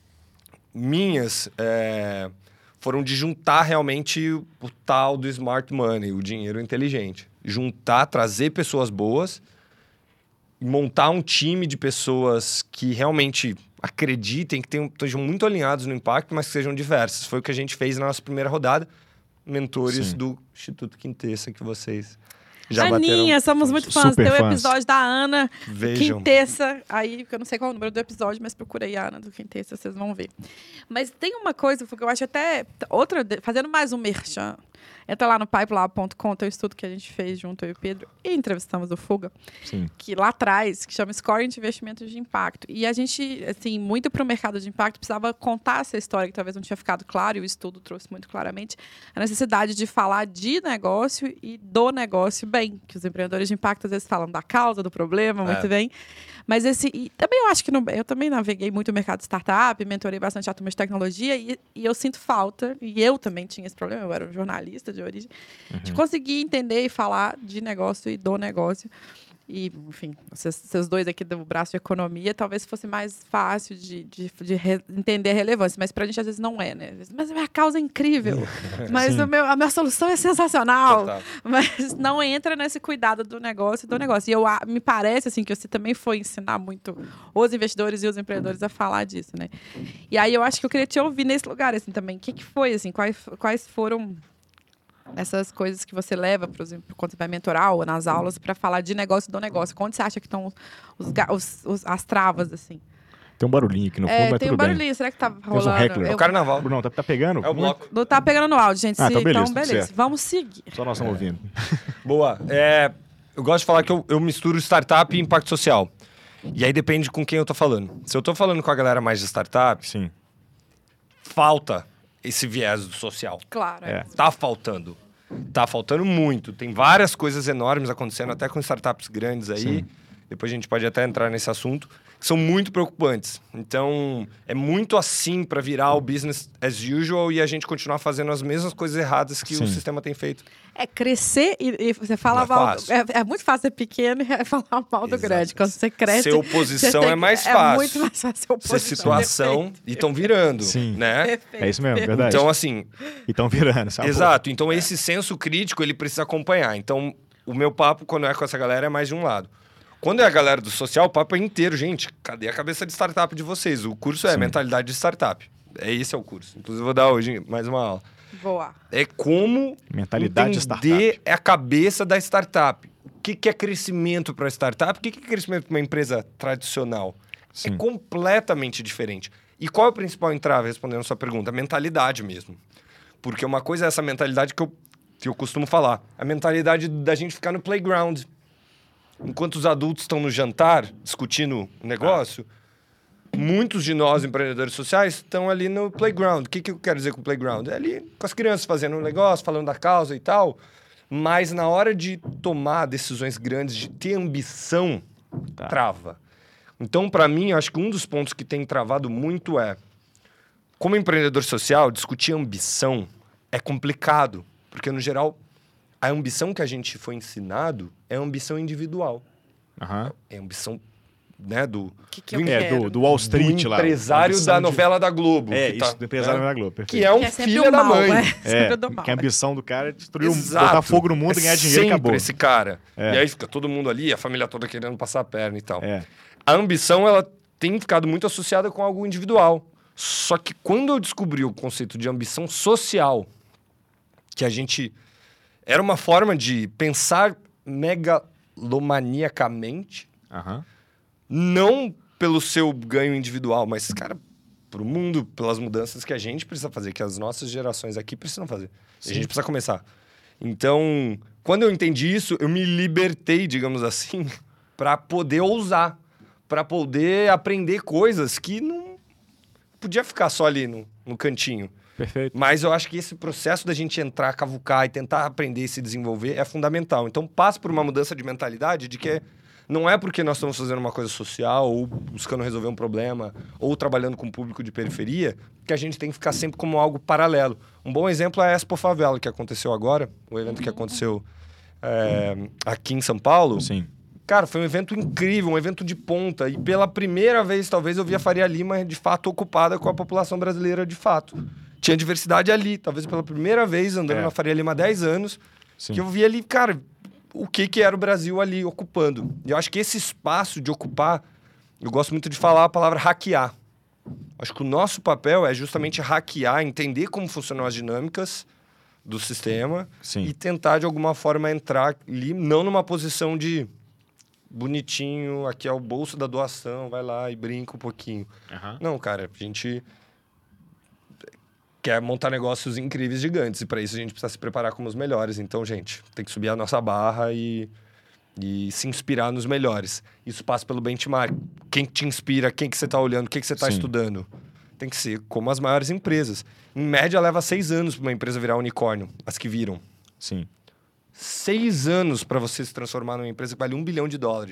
S3: minhas foram de juntar realmente o tal do smart money, o dinheiro inteligente. Juntar, trazer pessoas boas, montar um time de pessoas que realmente acreditem, que estejam muito alinhados no impacto, mas que sejam diversas. Foi o que a gente fez na nossa primeira rodada. Mentores do Instituto Quintessa, que vocês já
S1: Aninha,
S3: bateram.
S1: somos muito fãs.
S2: Super
S1: Tem o
S2: fãs.
S1: episódio da Ana
S3: Vejam.
S1: Quintessa. Aí, que eu não sei qual é o número do episódio, mas procura aí a Ana do Quintessa, vocês vão ver. Mas tem uma coisa que eu acho até... Fazendo mais um merchan. Entra lá no pipelab.com, tem um estudo que a gente fez junto, eu e o Pedro, e entrevistamos o Fuga,
S2: Sim.
S1: que lá atrás, que chama Scoring de Investimentos de Impacto. E a gente, assim, muito para o mercado de impacto, precisava contar essa história que talvez não tinha ficado claro, e o estudo trouxe muito claramente, a necessidade de falar de negócio e do negócio bem, que os empreendedores de impacto às vezes falam da causa, do problema, muito bem. Mas e também eu acho que eu também naveguei muito o mercado de startup, mentorei bastante a turma de tecnologia, e eu sinto falta, e eu também tinha esse problema, eu era um jornalista de origem, de conseguir entender e falar de negócio e do negócio. E, enfim, seus dois aqui do braço de economia, talvez fosse mais fácil de entender a relevância. Mas pra gente, às vezes, não é, né? Mas a minha causa é incrível. Mas a minha solução é sensacional.
S3: Total.
S1: Mas não entra nesse cuidado do negócio. E me parece, assim, que você também foi ensinar muito os investidores e os empreendedores a falar disso, né? E aí, eu acho que eu queria te ouvir nesse lugar, assim, também. O que foi, assim? Quais foram essas coisas que você leva quando você vai mentorar ou nas aulas para falar de negócio do negócio? Onde você acha que estão as travas, assim?
S2: Tem um barulhinho aqui no fundo, mas
S1: tem
S2: tudo
S1: um barulhinho.
S2: bem.
S1: Será que tá
S2: Temos um
S1: rolando?
S2: heckler.
S3: É o carnaval.
S2: Não, tá pegando?
S3: É o bloco.
S1: Não tá pegando no áudio, gente.
S2: Então beleza,
S1: Então,
S2: tudo
S1: beleza.
S2: certo.
S1: Vamos seguir.
S2: Só nós estamos ouvindo.
S3: Boa. Eu gosto de falar que eu misturo startup e impacto social. E aí depende com quem eu tô falando. Se eu tô falando com a galera mais de startup,
S2: Sim.
S3: falta esse viés do social.
S1: Claro.
S2: É.
S3: Tá faltando. Tá faltando muito. Tem várias coisas enormes acontecendo, até com startups grandes aí.
S2: Sim.
S3: Depois a gente pode até entrar nesse assunto, que são muito preocupantes. Então, é muito assim para virar o business as usual e a gente continuar fazendo as mesmas coisas erradas que o
S2: Sim.
S3: sistema tem feito.
S1: É crescer e você fala
S3: Não é
S1: mal.
S3: fácil.
S1: É muito fácil ser pequeno e falar mal do
S3: Exato.
S1: grande. Quando você cresce.
S3: Ser oposição
S1: você tem
S3: é mais
S1: É
S3: fácil.
S1: muito mais fácil ser
S3: Ser
S1: oposição.
S3: situação e estão virando,
S2: Sim.
S3: né?
S1: Perfeito.
S2: É isso mesmo, verdade.
S3: Então, assim,
S2: E estão virando, sabe?
S3: exato. Então, esse senso crítico, ele precisa acompanhar. Então, o meu papo, quando é com essa galera, é mais de um lado. Quando é a galera do social, o papo é inteiro. Gente, cadê a cabeça de startup de vocês? O curso é
S2: Sim.
S3: mentalidade de startup. Esse é o curso. Inclusive, eu vou dar hoje mais uma aula.
S1: Boa.
S3: É como
S2: Mentalidade de
S3: entender
S2: startup.
S3: a cabeça da startup. O que é crescimento para a startup? O que é crescimento para uma empresa tradicional?
S2: Sim.
S3: É completamente diferente. E qual é o principal entrave, respondendo a sua pergunta? A mentalidade mesmo. Porque uma coisa é essa mentalidade que eu costumo falar. A mentalidade da gente ficar no playground. Enquanto os adultos estão no jantar, discutindo o negócio, muitos de nós, empreendedores sociais, estão ali no playground. O que eu quero dizer com playground? É ali com as crianças fazendo um negócio, falando da causa e tal. Mas na hora de tomar decisões grandes, de ter ambição, trava. Então, para mim, eu acho que um dos pontos que tem travado muito é, como empreendedor social, discutir ambição é complicado. Porque, no geral, a ambição que a gente foi ensinado é ambição individual.
S2: Aham.
S3: É ambição, né, do
S1: Que eu quero.
S2: Do Wall Street
S3: do
S2: lá.
S3: empresário
S2: Ambição
S3: da
S2: de-
S3: novela da Globo.
S2: É,
S3: que
S2: isso,
S3: tá,
S2: do empresário
S3: né?
S2: da Globo. Perfeito.
S3: Que é um
S1: Que é sempre
S3: filho
S1: o
S3: da
S1: mal,
S3: mãe.
S1: né? Sempre do mal.
S2: que a ambição do cara é destruir,
S3: Exato.
S2: botar fogo no mundo, ganhar dinheiro e
S3: sempre
S2: acabou.
S3: esse cara.
S2: É.
S3: E aí fica todo mundo ali, a família toda querendo passar a perna e tal.
S2: É.
S3: A ambição, ela tem ficado muito associada com algo individual. Só que quando eu descobri o conceito de ambição social, que a gente... Era uma forma de pensar megalomaniacamente,
S2: Aham.
S3: não pelo seu ganho individual, mas, cara, pro mundo, pelas mudanças que a gente precisa fazer, que as nossas gerações aqui precisam fazer. E a gente precisa começar. Então, quando eu entendi isso, eu me libertei, digamos assim, para poder ousar, para poder aprender coisas que não podia ficar só ali no cantinho.
S2: Perfeito.
S3: Mas eu acho que esse processo da gente entrar, cavucar e tentar aprender e se desenvolver é fundamental. Então, passa por uma mudança de mentalidade de que não é porque nós estamos fazendo uma coisa social ou buscando resolver um problema ou trabalhando com o público de periferia que a gente tem que ficar sempre como algo paralelo. Um bom exemplo é a Expo Favela, que aconteceu agora, o evento que aconteceu aqui em São Paulo.
S2: Sim.
S3: Cara, foi um evento incrível, um evento de ponta. E pela primeira vez, talvez, eu vi a Faria Lima de fato ocupada com a população brasileira de fato. Tinha diversidade ali. Talvez pela primeira vez, andando na Faria Lima há 10 anos,
S2: Sim.
S3: que eu vi ali, cara, o que era o Brasil ali ocupando. E eu acho que esse espaço de ocupar, eu gosto muito de falar a palavra hackear. Acho que o nosso papel é justamente hackear, entender como funcionam as dinâmicas do sistema
S2: Sim.
S3: e tentar, de alguma forma, entrar ali, não numa posição de bonitinho, aqui é o bolso da doação, vai lá e brinca um pouquinho.
S2: Aham.
S3: Não, cara, a gente quer montar negócios incríveis, gigantes, e para isso a gente precisa se preparar como os melhores. Então, gente, tem que subir a nossa barra e se inspirar nos melhores. Isso passa pelo benchmark. Quem te inspira, quem que você está olhando, o que você está
S2: Sim.
S3: estudando. Tem que ser como as maiores empresas. Em média, leva 6 anos para uma empresa virar unicórnio, as que viram.
S2: Sim.
S3: 6 anos para você se transformar numa empresa que vale $1 bilhão.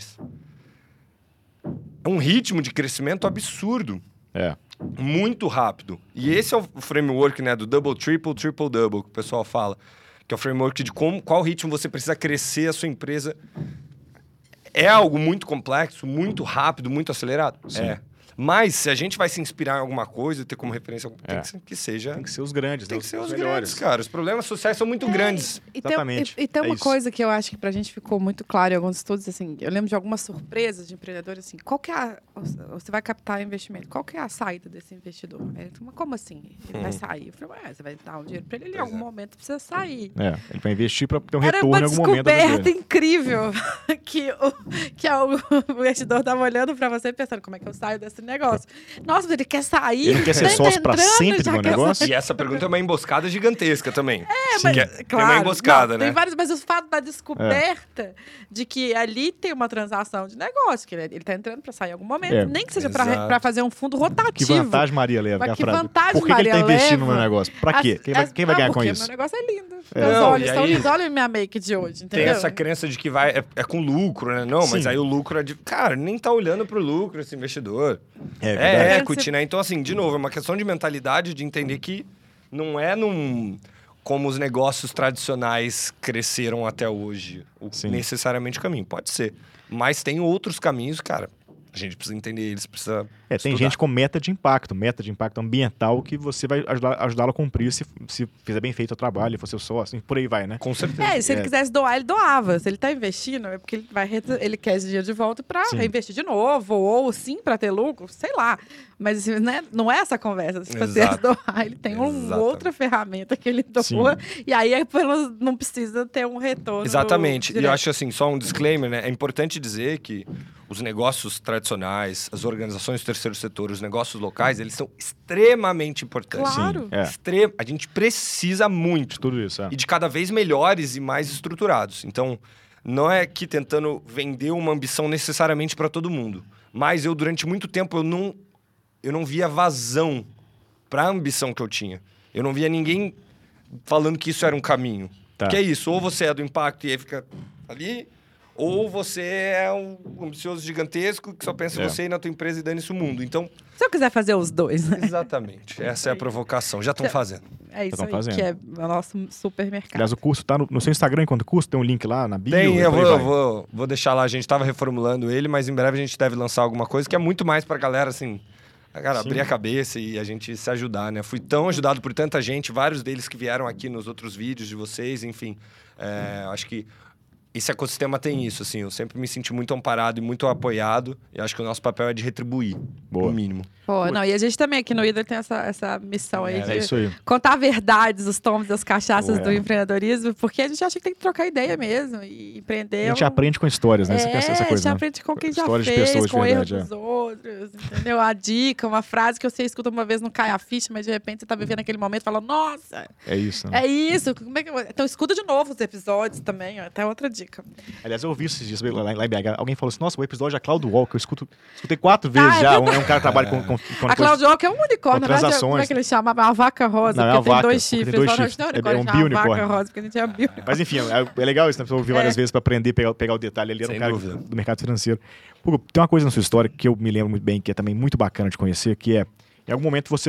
S3: É um ritmo de crescimento absurdo.
S2: É.
S3: Muito rápido. E esse é o framework, né, do double, triple, triple, double, que o pessoal fala. Que é o framework de qual ritmo você precisa crescer a sua empresa. É algo muito complexo, muito rápido, muito acelerado?
S2: Sim.
S3: É. Mas se a gente vai se inspirar em alguma coisa e ter como referência, tem que seja...
S2: Tem que ser os grandes,
S3: Tem
S2: né?
S3: que ser os
S2: melhores.
S3: grandes, cara. Os problemas sociais são muito grandes.
S2: Exatamente.
S1: E tem
S2: É
S1: uma
S2: isso.
S1: coisa que eu acho que pra gente ficou muito claro em alguns estudos, assim, eu lembro de algumas surpresas de empreendedores, assim, qual que é você vai captar investimento, qual que é a saída desse investidor? Aí, mas como assim? Ele vai sair? Eu falei, você vai dar um dinheiro pra ele em algum momento precisa sair.
S2: Ele vai investir para ter um
S1: Era
S2: retorno
S1: uma
S2: em algum momento. da vida
S1: descoberta
S2: dele.
S1: incrível que o investidor estava olhando para você e pensando, como é que eu saio desse negócio? Nossa, ele quer sair.
S2: Ele não quer ser
S1: tá
S2: sócio pra
S1: entrando,
S2: sempre
S1: já
S2: do
S1: quer
S2: negócio?
S1: sair.
S3: E essa pergunta é uma emboscada gigantesca também.
S1: Mas,
S3: Tem uma emboscada, né?
S1: Tem vários, mas o fato da descoberta de que ali tem uma transação de negócio, que ele está entrando para sair em algum momento, nem que seja
S3: exato.
S1: para fazer um fundo rotativo.
S2: Que vantagem Maria leva?
S1: Mas
S2: é a
S1: que
S2: frase.
S1: vantagem
S2: Por que ele
S1: Maria
S2: está investindo no
S1: leva?
S2: meu negócio? Pra quê? Quem vai ganhar com
S1: porque
S2: isso?
S1: meu negócio é lindo.
S3: É.
S1: Meus
S3: Não,
S1: olhos
S3: e
S1: são
S3: aí-
S1: lindos. Olha a minha make de hoje, entendeu?
S3: Tem essa crença de que é com lucro, né? Não, mas
S2: Sim.
S3: aí o lucro é de... Cara, nem tá olhando pro lucro esse investidor.
S2: É
S3: É
S2: verdade.
S3: equity, né? Então, assim, de novo, é uma questão de mentalidade, de entender que não é como os negócios tradicionais cresceram até hoje,
S2: Sim.
S3: necessariamente o caminho. Pode ser. Mas tem outros caminhos, cara. A gente precisa entender eles, precisa
S2: Tem
S3: estudar.
S2: gente com meta de impacto ambiental que você vai ajudá-lo a cumprir se fizer bem feito o trabalho, for seu sócio, por aí vai, né?
S3: Com certeza.
S1: Se ele quisesse doar, ele doava. Se ele tá investindo, é porque ele quer esse dinheiro de volta para
S2: Sim.
S1: reinvestir de novo, ou sim para ter lucro, sei lá. Mas né, não é essa conversa. Se você
S3: Exato.
S1: doar, ele tem uma
S3: Exatamente.
S1: outra ferramenta que ele doa, e aí não precisa ter um retorno.
S3: Exatamente. E eu
S1: direto.
S3: acho assim, só um disclaimer, né? É importante dizer que os negócios tradicionais, as organizações do terceiro setor, os negócios locais, eles são extremamente importantes.
S1: Claro.
S2: Sim,
S3: A gente precisa muito.
S2: Tudo isso,
S3: E de cada vez melhores e mais estruturados. Então, não é que tentando vender uma ambição necessariamente para todo mundo. Mas eu, durante muito tempo, eu não via vazão para a ambição que eu tinha. Eu não via ninguém falando que isso era um caminho.
S2: Tá.
S3: Que é isso, ou você é do impacto e aí fica ali, ou você é um ambicioso gigantesco que só pensa em você e na tua empresa e dane-se o mundo. Então,
S1: Se eu quiser fazer os dois, né?
S3: exatamente, essa é a provocação. Já estão fazendo.
S1: É isso
S2: tão
S1: aí,
S2: fazendo.
S1: que é o nosso supermercado.
S2: Aliás, o curso tá no seu Instagram enquanto curso, tem um link lá na bio.
S3: Tem,
S2: e
S3: eu
S2: por aí vai.
S3: vou deixar lá. A gente tava reformulando ele, mas em breve a gente deve lançar alguma coisa que é muito mais pra galera, assim... Cara, abrir a cabeça e a gente se ajudar, né? Fui tão ajudado por tanta gente, vários deles que vieram aqui nos outros vídeos de vocês, enfim. Acho que esse ecossistema tem isso, assim. Eu sempre me senti muito amparado e muito apoiado. E acho que o nosso papel é de retribuir,
S2: Boa.
S3: no mínimo.
S1: Pô, não, e a gente também aqui no Ídolo tem essa missão aí
S2: É
S1: de
S2: isso aí.
S1: contar verdades, os tomos das cachaças
S2: É.
S1: do empreendedorismo, porque a gente acha que tem que trocar ideia mesmo e empreender.
S2: A gente aprende com histórias, né? Essa
S1: a gente
S2: coisa, né?
S1: aprende com quem já
S2: Histórias de
S1: fez,
S2: pessoas de
S1: com erros
S2: verdade,
S1: dos outros, entendeu? A dica, uma frase que você escuta uma vez não cai a ficha, mas de repente você tá vivendo aquele momento e fala, nossa,
S2: É isso, né?
S1: é isso. Como é que Então escuta de novo os episódios também, ó, até outra dica.
S2: Aliás, eu ouvi esses dias lá em BH, alguém falou assim, nossa, o episódio da Cloud Walk, eu escutei 4 vezes já. É um cara que trabalha com
S1: A Claudio Walker é um unicórnio,
S2: com
S1: na verdade, como é
S2: transações.
S1: que ele chama? Uma vaca rosa,
S2: Não, é uma
S1: porque tem
S2: vaca,
S1: dois
S2: porque
S1: chifres.
S2: tem dois
S1: Não,
S2: chifres.
S1: não,
S2: É
S1: unicórnio
S2: um
S1: chama
S2: bi-unicórnio.
S1: vaca rosa, porque a gente é bi.
S2: Mas enfim, é legal isso, né? Eu ouvi várias vezes para aprender, pegar o detalhe. Ele era
S3: Sem
S2: um cara
S3: dúvida.
S2: do mercado financeiro. Pô, tem uma coisa na sua história que eu me lembro muito bem, que é também muito bacana de conhecer, que é, em algum momento você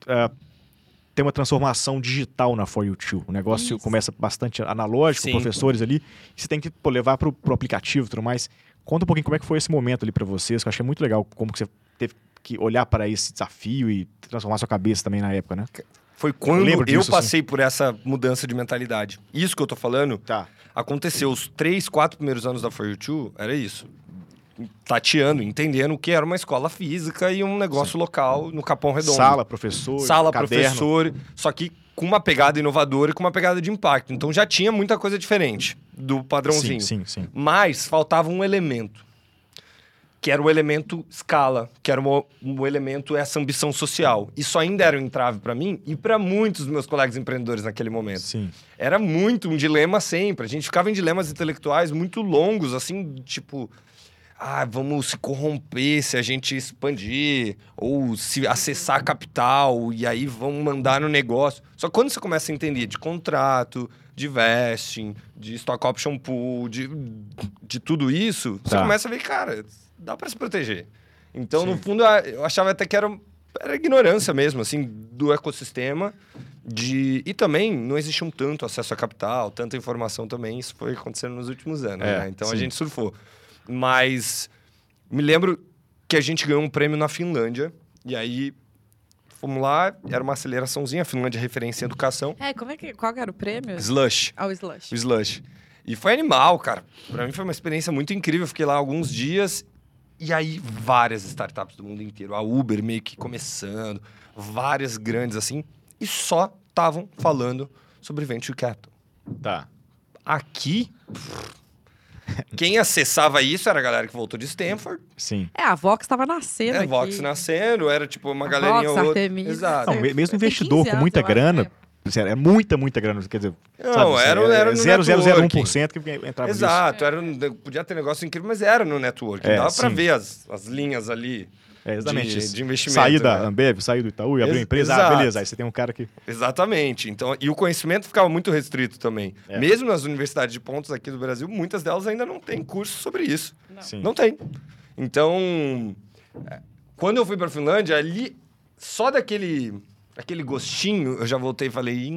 S2: tem uma transformação digital na For You Too. O negócio começa bastante analógico,
S3: Sim.
S2: professores ali, e você tem que levar para o aplicativo e tudo mais. Conta um pouquinho como é que foi esse momento ali para vocês, que eu achei muito legal, como que você teve que olhar para esse desafio e transformar sua cabeça também na época, né?
S3: Foi quando
S2: lembro
S3: eu
S2: disso,
S3: passei por essa mudança de mentalidade. Isso que eu tô falando
S2: Tá.
S3: aconteceu os 3, 4 primeiros anos da For You Too, era isso. Tateando, entendendo o que era uma escola física e um negócio local no Capão Redondo.
S2: Sala, professor,
S3: Sala,
S2: caderno.
S3: professor, só que com uma pegada inovadora e com uma pegada de impacto. Então já tinha muita coisa diferente do padrãozinho.
S2: Sim.
S3: Mas faltava um elemento, que era o elemento escala, que era um elemento essa ambição social. Isso ainda era um entrave para mim e para muitos dos meus colegas empreendedores naquele momento.
S2: Sim.
S3: Era muito um dilema sempre. A gente ficava em dilemas intelectuais muito longos, assim, tipo... vamos se corromper se a gente expandir, ou se acessar capital, e aí vamos mandar no negócio. Só que quando você começa a entender de contrato, de vesting, de stock option pool, de tudo isso, você
S2: Tá.
S3: começa a ver, cara, dá para se proteger. Então,
S2: Sim.
S3: no fundo, eu achava até que era ignorância mesmo, assim, do ecossistema. E também não existia tanto acesso a capital, tanta informação também. Isso foi acontecendo nos últimos anos, né? Então, a
S2: sim.
S3: gente surfou. Mas me lembro que a gente ganhou um prêmio na Finlândia. E aí, fomos lá, era uma aceleraçãozinha. A Finlândia é referência em educação.
S1: Qual que era o prêmio?
S3: Slush.
S1: Ah, o Slush.
S3: O Slush. E foi animal, cara. Pra mim foi uma experiência muito incrível. Eu fiquei lá alguns dias. E aí, várias startups do mundo inteiro. A Uber meio que começando. Várias grandes, assim. E só estavam falando sobre Venture Capital.
S2: Tá.
S3: Aqui, quem acessava isso era a galera que voltou de Stanford.
S2: Sim.
S1: A Vox estava nascendo aqui.
S3: A Vox nascendo, era tipo uma
S1: A
S3: galerinha
S1: Vox,
S3: ou outra.
S1: Artemis.
S3: Exato.
S2: Não, mesmo
S1: Tem
S2: investidor
S1: 15
S2: com
S1: anos,
S2: muita
S1: eu acho,
S2: grana, sério, é muita grana, quer dizer,
S3: Não,
S2: sabe,
S3: era no
S2: 0,01% que entrava nisso.
S3: Exato, podia ter negócio incrível, mas era no network. Dava pra
S2: sim.
S3: ver as linhas ali
S2: Exatamente.
S3: de investimento.
S2: Sair da
S3: né?
S2: Ambev, sair do Itaú e abrir uma empresa,
S3: Exato.
S2: beleza, aí você tem um cara que...
S3: Exatamente. Então, e o conhecimento ficava muito restrito também.
S2: É.
S3: Mesmo nas universidades de pontos aqui do Brasil, muitas delas ainda não têm curso sobre isso.
S2: Sim.
S3: Não tem. Então, quando eu fui pra Finlândia, ali, só aquele gostinho, eu já voltei e falei...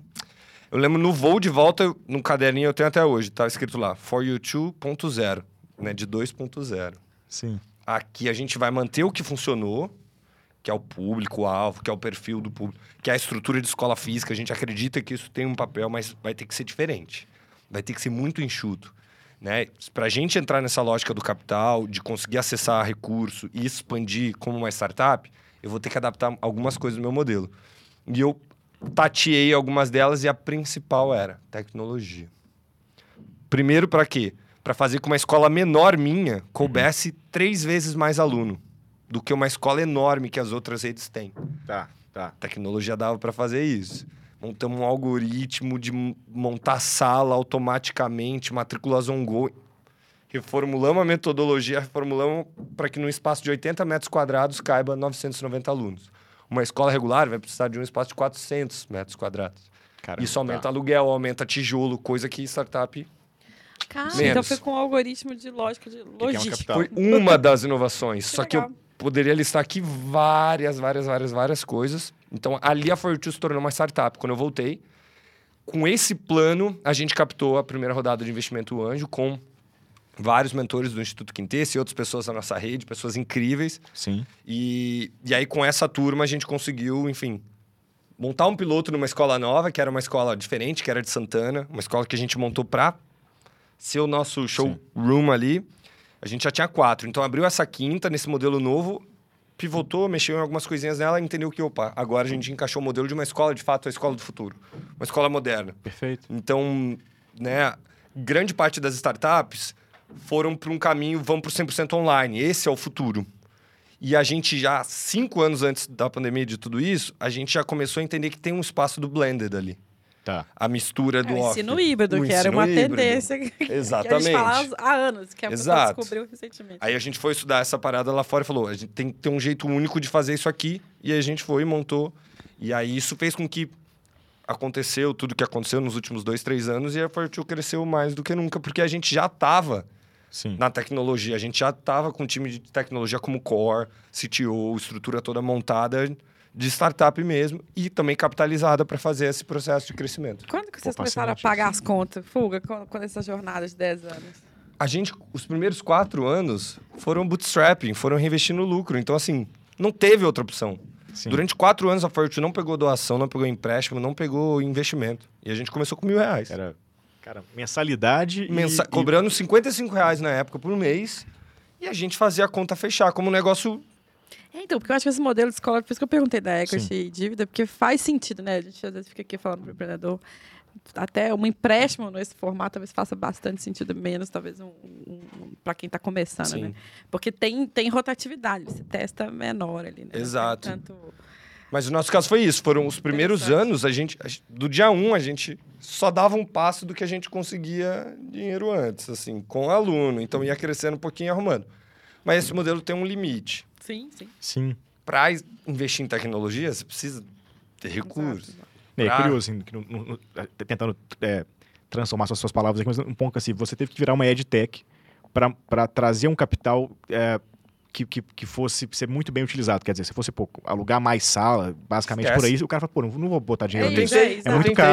S3: Eu lembro no voo de volta, num caderninho eu tenho até hoje, tá escrito lá, For You 2.0, né, de 2.0.
S2: Sim.
S3: Aqui a gente vai manter o que funcionou, que é o público-alvo, que é o perfil do público, que é a estrutura de escola física. A gente acredita que isso tem um papel, mas vai ter que ser diferente. Vai ter que ser muito enxuto. Né? Para a gente entrar nessa lógica do capital, de conseguir acessar recurso e expandir como uma startup, eu vou ter que adaptar algumas coisas do meu modelo. E eu tateei algumas delas e a principal era tecnologia. Primeiro, para quê? Para fazer com uma escola menor minha coubesse 3 vezes mais aluno do que uma escola enorme que as outras redes têm.
S2: Tá.
S3: A tecnologia dava para fazer isso. Montamos um algoritmo de montar sala automaticamente, matrículas on-go. Reformulamos a metodologia, reformulamos para que num espaço de 80 metros quadrados caiba 990 alunos. Uma escola regular vai precisar de um espaço de 400 metros quadrados.
S2: Caramba,
S3: Isso aumenta aluguel, aumenta tijolo, coisa que startup...
S1: Cara,
S3: Menos.
S1: então foi com um algoritmo de lógica de logística.
S2: capital?
S3: Foi uma das inovações.
S1: Que
S3: Só que eu
S1: legal.
S3: poderia listar aqui várias coisas. Então, ali a Fortune se tornou uma startup. Quando eu voltei, com esse plano, a gente captou a primeira rodada de investimento anjo com vários mentores do Instituto Quintesse e outras pessoas da nossa rede, pessoas incríveis.
S2: Sim.
S3: E aí, com essa turma, a gente conseguiu, enfim, montar um piloto numa escola nova, que era uma escola diferente, que era de Santana. Uma escola que a gente montou para ser o nosso showroom ali. A gente já tinha 4. Então, abriu essa quinta nesse modelo novo, pivotou, mexeu em algumas coisinhas nela e entendeu que, agora a gente encaixou o modelo de uma escola, de fato, a escola do futuro. Uma escola moderna.
S2: Perfeito.
S3: Então, né, grande parte das startups foram para um caminho, vão para o 100% online. Esse é o futuro. E a gente já, 5 anos antes da pandemia de tudo isso, a gente já começou a entender que tem um espaço do blended ali.
S2: Tá.
S3: A mistura do
S1: O
S3: off.
S1: ensino híbrido,
S3: O
S1: que era uma
S3: ensino híbrido.
S1: tendência que
S3: Exatamente.
S1: a gente fala há anos, que a pessoa
S3: Exato.
S1: descobriu recentemente.
S3: Aí a gente foi estudar essa parada lá fora e falou, a gente tem que ter um jeito único de fazer isso aqui. E aí a gente foi e montou. E aí isso fez com que aconteceu tudo que aconteceu nos últimos 2, 3 anos e a Fortune cresceu mais do que nunca, porque a gente já estava
S2: Sim.
S3: na tecnologia. A gente já estava com um time de tecnologia como core, CTO, estrutura toda montada de startup mesmo e também capitalizada para fazer esse processo de crescimento.
S1: Quando que vocês
S2: fascinante
S1: começaram a pagar as contas? Fuga, quando essa jornada de 10 anos?
S3: A gente, os primeiros 4 anos foram bootstrapping, foram reinvestir no lucro. Então, assim, não teve outra opção.
S2: Sim.
S3: Durante 4 anos, a Fortune não pegou doação, não pegou empréstimo, não pegou investimento. E a gente começou com R$1.000.
S2: Era, cara, mensalidade
S3: Cobrando R$55 na época por mês. E a gente fazia a conta fechar como um negócio...
S1: Então, porque eu acho que esse modelo de escola, por isso que eu perguntei da equity
S2: Sim.
S1: e dívida, porque faz sentido, né? A gente às vezes fica aqui falando para o empreendedor, até um empréstimo nesse formato talvez faça bastante sentido, menos talvez para quem está começando,
S3: Sim.
S1: né? Porque tem rotatividade, você testa menor ali, né?
S3: Exato.
S1: Não tem tanto...
S3: Mas o nosso caso foi isso. Foram os primeiros anos, do dia 1, a gente só dava um passo do que a gente conseguia dinheiro antes, assim, com aluno. Então ia crescendo um pouquinho e arrumando. Mas esse modelo tem um limite.
S1: Sim, sim.
S2: Sim.
S3: Para investir em tecnologia, você precisa ter recursos.
S1: Exato.
S2: É curioso, assim, que tentando transformar suas palavras aqui, mas um pouco assim, você teve que virar uma edtech para trazer um capital que fosse ser muito bem utilizado. Quer dizer, se fosse alugar mais sala, basicamente
S3: Esquece.
S2: por aí, o cara fala, pô, não vou botar dinheiro
S3: Eu
S2: nisso.
S3: tentei,
S2: É muito caro.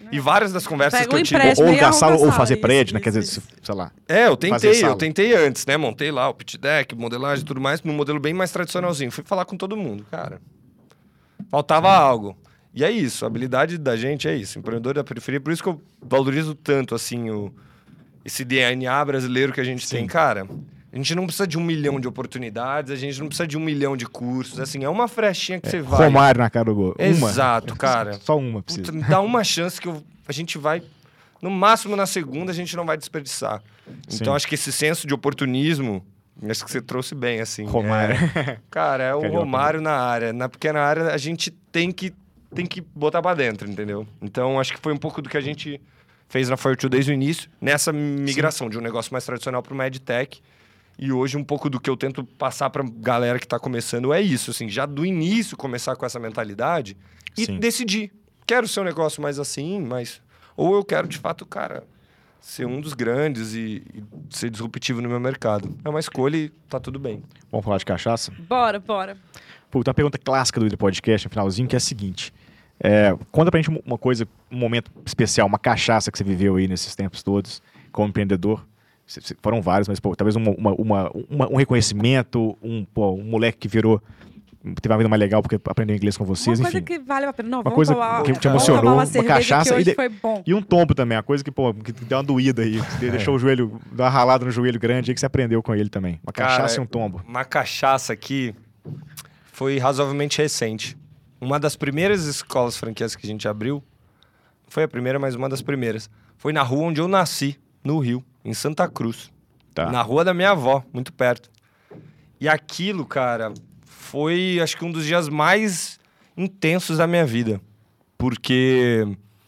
S3: E várias das conversas
S1: Pega
S3: que
S1: um
S3: eu tive...
S1: empréstimo.
S2: Ou
S1: e
S2: alugar sala,
S1: arruma
S2: ou
S1: sala,
S2: fazer
S1: isso,
S2: prédio, né?
S1: isso,
S2: Quer dizer,
S1: isso.
S2: sei lá.
S3: Eu
S2: Fazer sala.
S3: tentei antes, né? Montei lá o pitch deck, modelagem e tudo mais, num modelo bem mais tradicionalzinho. Fui falar com todo mundo, cara. Faltava algo. E é isso, a habilidade da gente é isso, empreendedor da periferia. Por isso que eu valorizo tanto, assim, esse DNA brasileiro que a gente tem. Cara, a gente não precisa de 1 milhão de oportunidades, a gente não precisa de 1 milhão de cursos. Assim, é uma frechinha que você vai...
S2: Romário na cara do gol.
S3: Exato, cara.
S2: Só uma precisa.
S3: Puta, me dá uma chance que a gente vai... No máximo, na segunda, a gente não vai desperdiçar. Então,
S2: Sim.
S3: acho que esse senso de oportunismo... Acho que você trouxe bem, assim.
S2: Romário.
S3: Cara, é o
S2: Carioca,
S3: Romário na área. Na pequena área, a gente tem que botar pra dentro, entendeu? Então, acho que foi um pouco do que a gente fez na Fire2 desde o início, nessa migração de um negócio mais tradicional pro MedTech. E hoje, um pouco do que eu tento passar pra galera que tá começando é isso, assim, já do início começar com essa mentalidade e
S2: Sim.
S3: decidir. Quero ser um negócio mais assim, mas... Ou eu quero, de fato, cara... ser um dos grandes e ser disruptivo no meu mercado. É uma escolha e tá tudo bem.
S2: Vamos falar de cachaça?
S1: Bora, bora.
S2: Pô, tem uma pergunta clássica do podcast no finalzinho, que é a seguinte. Conta pra gente uma coisa, um momento especial, uma cachaça que você viveu aí nesses tempos todos, como empreendedor. Foram vários, mas pô, talvez um reconhecimento, um moleque que teve uma vida mais legal porque aprendeu inglês com vocês,
S1: Uma coisa
S2: enfim.
S1: que vale a pena. Não,
S2: Uma
S1: vamos
S2: coisa
S1: tomar,
S2: que te
S1: vamos
S2: emocionou,
S1: tomar
S2: uma
S1: cerveja
S2: cachaça
S1: que hoje
S2: e
S1: foi bom.
S2: E um tombo também, a coisa que deu uma doída aí. Deixou o joelho, deu uma ralada no joelho grande aí que você aprendeu com ele também. Uma cachaça e um tombo.
S3: Uma cachaça aqui foi razoavelmente recente. Uma das primeiras escolas franquias que a gente abriu, não foi a primeira, mas uma das primeiras, foi na rua onde eu nasci, no Rio, em Santa Cruz.
S2: Tá.
S3: Na rua da minha avó, muito perto. E aquilo, cara, foi acho que um dos dias mais intensos da minha vida. Porque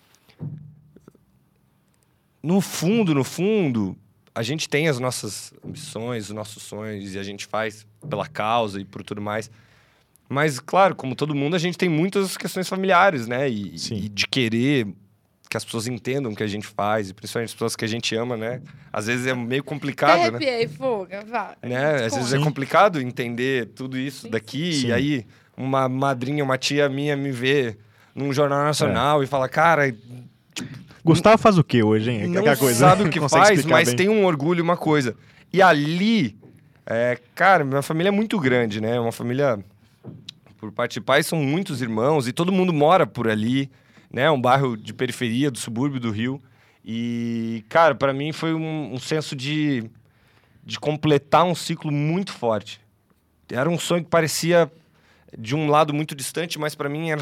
S3: no fundo, a gente tem as nossas ambições, os nossos sonhos, e a gente faz pela causa e por tudo mais. Mas, claro, como todo mundo, a gente tem muitas questões familiares, né? E de querer que as pessoas entendam o que a gente faz, e principalmente as pessoas que a gente ama, né? Às vezes é meio complicado, né?
S1: Arrepiei, Fuga, vai.
S3: Né? Às vezes é complicado entender tudo isso daqui,
S2: Sim.
S3: e aí uma madrinha, uma tia minha me vê num jornal nacional e fala, cara...
S2: Gustavo faz o que hoje, hein?
S3: Não
S2: Aquela coisa,
S3: sabe
S2: né?
S3: o que
S2: Consegue
S3: faz,
S2: explicar
S3: mas
S2: bem.
S3: tem um orgulho, uma coisa. E ali, cara, minha família é muito grande, né? Uma família, por parte de pai, são muitos irmãos e todo mundo mora por ali, né? Um bairro de periferia, do subúrbio do Rio. E, cara, pra mim foi um senso de completar um ciclo muito forte. Era um sonho que parecia de um lado muito distante, mas pra mim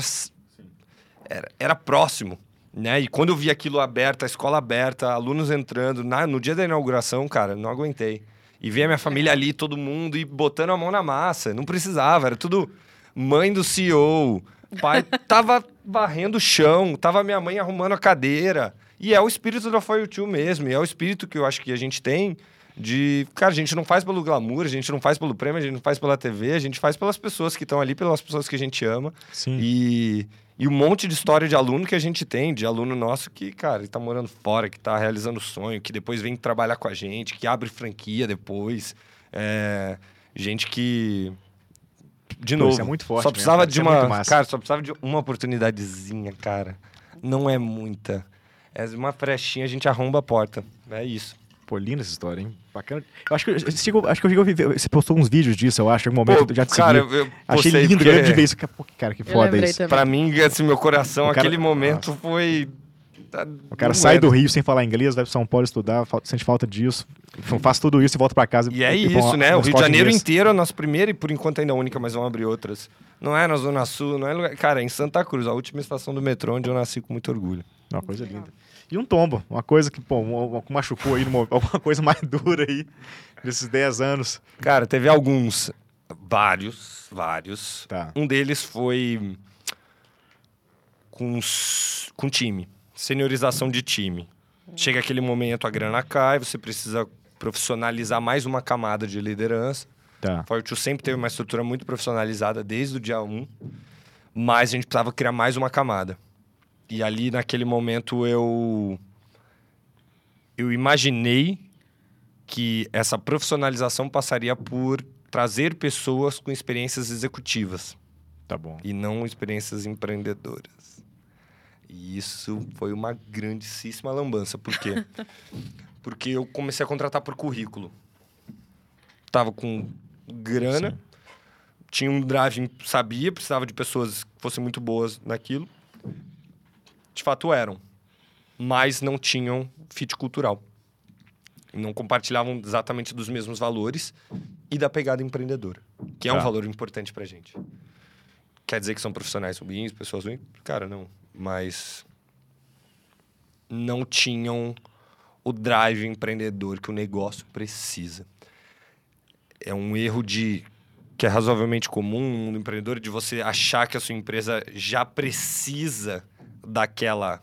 S3: era próximo. Né? E quando eu vi aquilo aberto, a escola aberta, alunos entrando, no dia da inauguração, cara, não aguentei. E ver a minha família ali, todo mundo, e botando a mão na massa. Não precisava, era tudo mãe do CEO, pai tava varrendo o chão, tava minha mãe arrumando a cadeira. E é o espírito da For2 mesmo, e é o espírito que eu acho que a gente tem de... Cara, a gente não faz pelo glamour, a gente não faz pelo prêmio, a gente não faz pela TV, a gente faz pelas pessoas que estão ali, pelas pessoas que a gente ama.
S2: Sim.
S3: E um monte de história de aluno que a gente tem, de aluno nosso que, cara, ele tá morando fora, que tá realizando sonho, que depois vem trabalhar com a gente, que abre franquia depois. Gente que... De novo,
S2: isso é muito forte
S3: só
S2: mesmo,
S3: precisava
S2: cara,
S3: de
S2: isso é muito
S3: uma...
S2: massa.
S3: Cara, só precisava de uma oportunidadezinha, cara. Não é muita. É uma frechinha, a gente arromba a porta. É isso.
S2: Pô, linda essa história, hein? Bacana. Eu acho que eu cheguei a ver. Você postou uns vídeos disso, eu acho, em algum momento.
S3: Pô,
S2: Eu já te
S3: cara,
S2: segui.
S3: eu
S2: Achei
S3: postei
S2: lindo,
S3: porque-
S2: grande de ver isso. Pô, cara, que
S1: Eu
S2: foda
S1: lembrei
S2: isso.
S1: também.
S3: Pra mim, assim, meu coração,
S2: O cara-
S3: aquele momento foi...
S2: O cara sai do Rio sem falar inglês, vai pro São Paulo estudar, sente falta disso, faz tudo isso e volta pra casa.
S3: E é
S2: e põe
S3: isso, né? O
S2: uma
S3: Rio de
S2: escola
S3: Janeiro
S2: inglês.
S3: inteiro é a nossa primeira e por enquanto ainda a única, mas vão abrir outras. Não é na Zona Sul, não é lugar... Cara, é em Santa Cruz, a última estação do metrô onde eu nasci com muito orgulho.
S2: Uma coisa linda. E um tombo, uma coisa que, pô, machucou aí, alguma coisa mais dura aí, nesses 10 anos.
S3: Cara, teve alguns, vários.
S2: Tá.
S3: Um deles foi com time, seniorização de time. Chega aquele momento, a grana cai, você precisa profissionalizar mais uma camada de liderança.
S2: Tá.
S3: A For2 sempre teve uma estrutura muito profissionalizada desde o dia 1, mas a gente precisava criar mais uma camada. E ali, naquele momento, eu imaginei que essa profissionalização passaria por trazer pessoas com experiências executivas
S2: Tá bom.
S3: e não experiências empreendedoras. E isso foi uma grandíssima lambança. Por quê? Porque eu comecei a contratar por currículo. Tava com grana, tinha um drive, precisava de pessoas que fossem muito boas naquilo. De fato eram. Mas não tinham fit cultural. Não compartilhavam exatamente dos mesmos valores e da pegada empreendedora, que é um valor importante pra gente. Quer dizer que são profissionais ruins, pessoas ruins? Cara, não. Mas não tinham o drive empreendedor que o negócio precisa. É um erro que é razoavelmente comum no mundo empreendedor, de você achar que a sua empresa já precisa daquela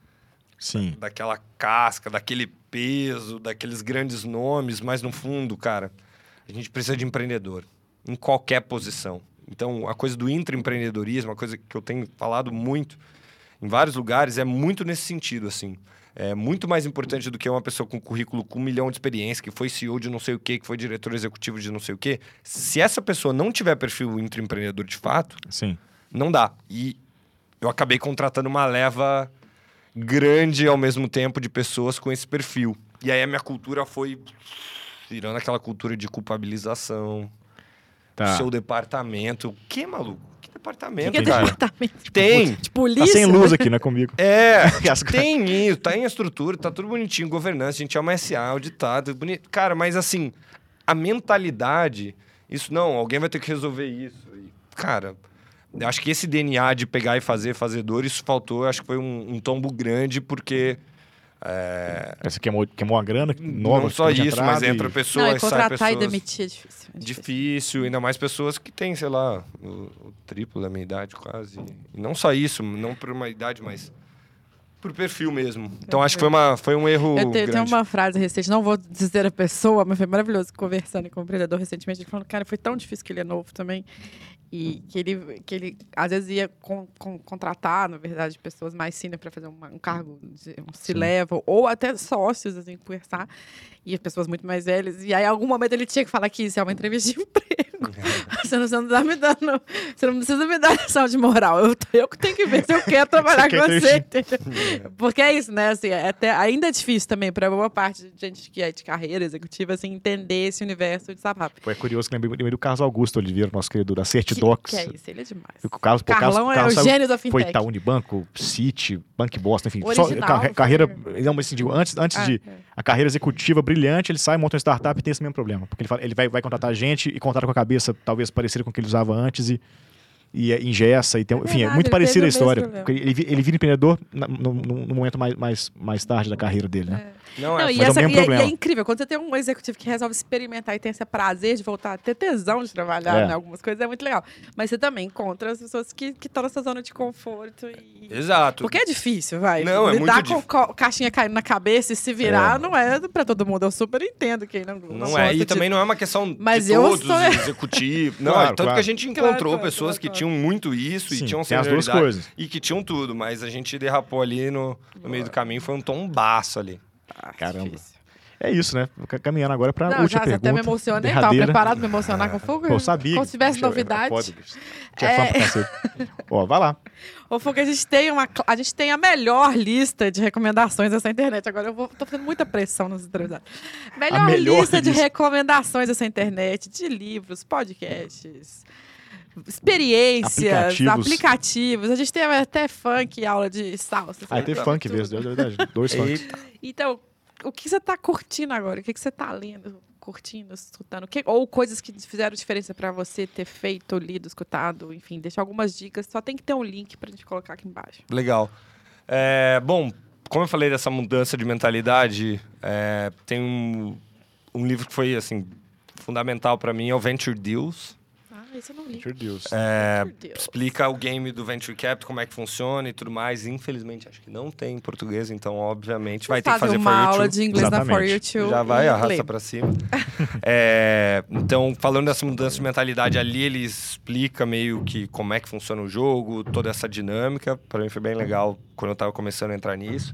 S3: casca, daquele peso, daqueles grandes nomes, mas no fundo, cara, a gente precisa de empreendedor em qualquer posição. Então, a coisa do intraempreendedorismo, a coisa que eu tenho falado muito em vários lugares, é muito nesse sentido, assim. É muito mais importante do que uma pessoa com currículo com 1 milhão de experiência, que foi CEO de não sei o quê, que foi diretor executivo de não sei o quê. Se essa pessoa não tiver perfil intraempreendedor de fato, não dá. E eu acabei contratando uma leva grande ao mesmo tempo de pessoas com esse perfil. E aí a minha cultura foi virando aquela cultura de culpabilização. Seu departamento. O que, maluco? Que departamento,
S1: que
S3: cara?
S1: Departamento?
S3: Tem.
S1: De polícia?
S2: Tá sem luz aqui, não é comigo.
S3: Tem isso. Tá em estrutura, tá tudo bonitinho. Governança, a gente é uma SA, auditado, bonito. Cara, mas assim, a mentalidade... Isso não, alguém vai ter que resolver isso. E, cara... Eu acho que esse DNA de pegar e fazer, fazedor, isso faltou. Acho que foi um tombo grande, porque...
S2: Você queimou uma grana nova.
S3: Não só isso, mas entra pessoas,
S1: não, e contratar
S3: sai pessoas.
S1: E demitir é difícil.
S3: Difícil, ainda mais pessoas que têm, sei lá, o triplo da minha idade quase. E não só isso, não por uma idade, mas por perfil mesmo. Então acho que foi um erro grande.
S1: Tem uma frase recente, não vou dizer a pessoa, mas foi maravilhoso conversando com um empreendedor recentemente, ele falando, cara, foi tão difícil que ele é novo também. E que ele às vezes ia contratar, na verdade, pessoas mais senior para fazer um cargo, um C-level, ou até sócios, assim, conversar, e pessoas muito mais velhas. E aí, em algum momento, ele tinha que falar que isso é uma entrevista de emprego. Você não tá me dando... Você não precisa me dar lição de moral. Eu que tenho que ver se eu quero trabalhar com você. Porque é isso, né? Assim, ainda é difícil também, para boa parte de gente que é de carreira executiva, assim, entender esse universo de startup.
S2: É curioso que lembrei do Carlos Augusto Oliveira, nosso querido da Certidocs.
S1: Que é isso, ele é demais.
S2: O Carlos
S1: é o gênio da fintech.
S2: Foi Itaú Unibanco, Citi, Bank Boston, enfim.
S1: Original,
S2: Carreira... Não, mas assim, digo, antes de... A carreira executiva brilhante, ele sai, monta uma startup e tem esse mesmo problema. Porque ele vai contratar gente e contrata com a cabeça talvez parecida com o que ele usava antes e engessa. E tem, enfim, é muito parecida a história. Ele vira empreendedor no momento mais tarde da carreira dele, né?
S1: É incrível, quando você tem um executivo que resolve experimentar e tem esse prazer de voltar a ter tesão de trabalhar em algumas coisas, é muito legal. Mas você também encontra as pessoas que estão nessa zona de conforto.
S3: Exato.
S1: Porque é difícil, vai.
S3: Não,
S1: lidar com caixinha caindo na cabeça e se virar não é pra todo mundo. Eu super entendo quem não
S3: é. E também não é uma questão
S1: mas
S3: de todos os executivos. Não, tanto que a gente encontrou pessoas que tinham muito isso e tinham
S2: senioridade. As duas coisas.
S3: E que tinham tudo, mas a gente derrapou ali no meio do caminho, foi um tombaço ali.
S2: Caramba.
S1: Difícil.
S2: É isso, né? Caminhando agora pra última pergunta.
S1: Até me emocionei. Tava preparado pra me emocionar com Fuga?
S2: Eu sabia.
S1: Como se tivesse novidade.
S2: Tinha fã pra cacete. Ó, vai lá.
S1: Ô, Fuga, a gente tem a melhor lista de recomendações dessa internet. Agora tô fazendo muita pressão nos entrevistados. Melhor lista de recomendações dessa internet, de livros, podcasts, experiências, aplicativos. A gente tem até funk, aula de salsa.
S2: Tem funk mesmo, é verdade. 2 funks.
S1: Então, o que você tá curtindo agora? O que você tá lendo, curtindo, escutando? Ou coisas que fizeram diferença pra você ter feito, lido, escutado, enfim, deixa algumas dicas. Só tem que ter um link pra gente colocar aqui embaixo.
S3: Legal. Bom, como eu falei dessa mudança de mentalidade, tem um livro que foi, assim, fundamental pra mim, é o Venture Deals.
S1: Esse eu não li.
S2: Venture Deals.
S3: Explica o game do Venture Capital, como é que funciona e tudo mais. Infelizmente, acho que não tem em português, então, obviamente, vai ter que fazer
S1: uma aula de inglês na For You Too.
S3: Já vai, arrasta pra cima. Então, falando dessa mudança de mentalidade ali, ele explica meio que como é que funciona o jogo, toda essa dinâmica. Pra mim foi bem legal quando eu tava começando a entrar nisso.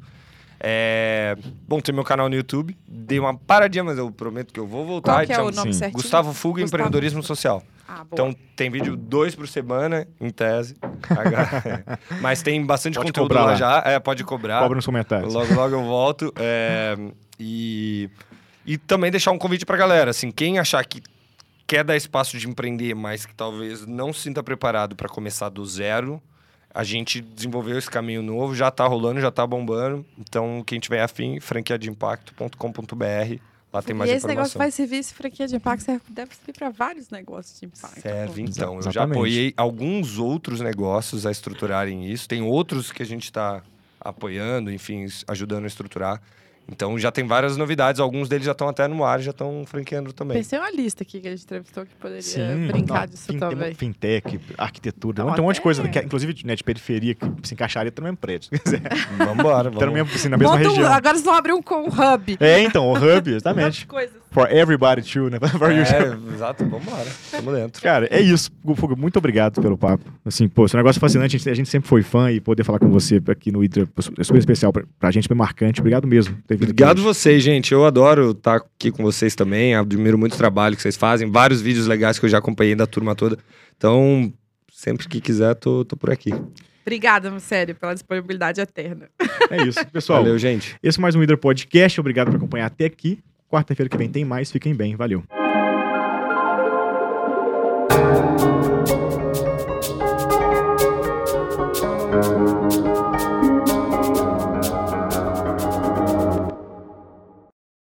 S3: Bom, tem meu canal no YouTube. Dei uma paradinha, mas eu prometo que eu vou voltar.
S1: Qual que é o nome certinho?
S3: Gustavo Fuga, Empreendedorismo Social.
S1: Ah, boa.
S3: Então, tem vídeo 2 por semana, em tese. Mas tem bastante
S2: Pode
S3: conteúdo
S2: cobrar
S3: lá
S2: lá.
S3: já. Pode cobrar.
S2: Cobra nos comentários.
S3: Logo, logo eu volto. E também deixar um convite pra galera. Assim, quem achar que quer dar espaço de empreender, mas que talvez não se sinta preparado para começar do zero, a gente desenvolveu esse caminho novo, já tá rolando, já tá bombando. Então, quem tiver afim, franquiadeimpacto.com.br. Lá tem mais
S1: e esse
S3: informação.
S1: negócio vai servir, esse franquia de impacto deve servir para vários negócios de impacto.
S3: Serve, então. Eu já
S2: Exatamente.
S3: apoiei alguns outros negócios a estruturarem isso. Tem outros que a gente está apoiando, enfim, ajudando a estruturar. Então, já tem várias novidades. Alguns deles já estão até no ar, já estão franqueando também.
S1: Pensei uma lista aqui que a gente entrevistou que poderia brincar disso também.
S2: Fintech, arquitetura.
S1: Não,
S2: Tem um monte de coisa,
S1: até-
S2: inclusive de periferia, que se encaixaria até no mesmo prédio. Se quiser.
S3: Vambora,
S2: Tá no
S3: vamos.
S2: mesmo, assim, na mesma
S1: Monta
S2: região.
S1: agora vocês vão abrir um hub.
S2: Então, o hub, exatamente.
S1: Coisas.
S2: For everybody too, né? For you too.
S3: Exato, vambora. Tamo dentro.
S2: Cara, é isso. Fuga, muito obrigado pelo papo. Assim, pô, esse negócio é fascinante. A gente sempre foi fã e poder falar com você aqui no Hydra é super especial pra gente, bem marcante. Obrigado mesmo. por ter vindo aqui
S3: Obrigado
S2: hoje.
S3: vocês, gente. Eu adoro estar aqui com vocês também. Admiro muito o trabalho que vocês fazem. Vários vídeos legais que eu já acompanhei da turma toda. Então, sempre que quiser, tô por aqui.
S1: Obrigada, sério, pela disponibilidade eterna.
S2: É isso, pessoal.
S3: Valeu, gente.
S2: Esse é mais um Hydra Podcast. Obrigado por acompanhar até aqui. Quarta-feira que vem tem mais. Fiquem bem. Valeu.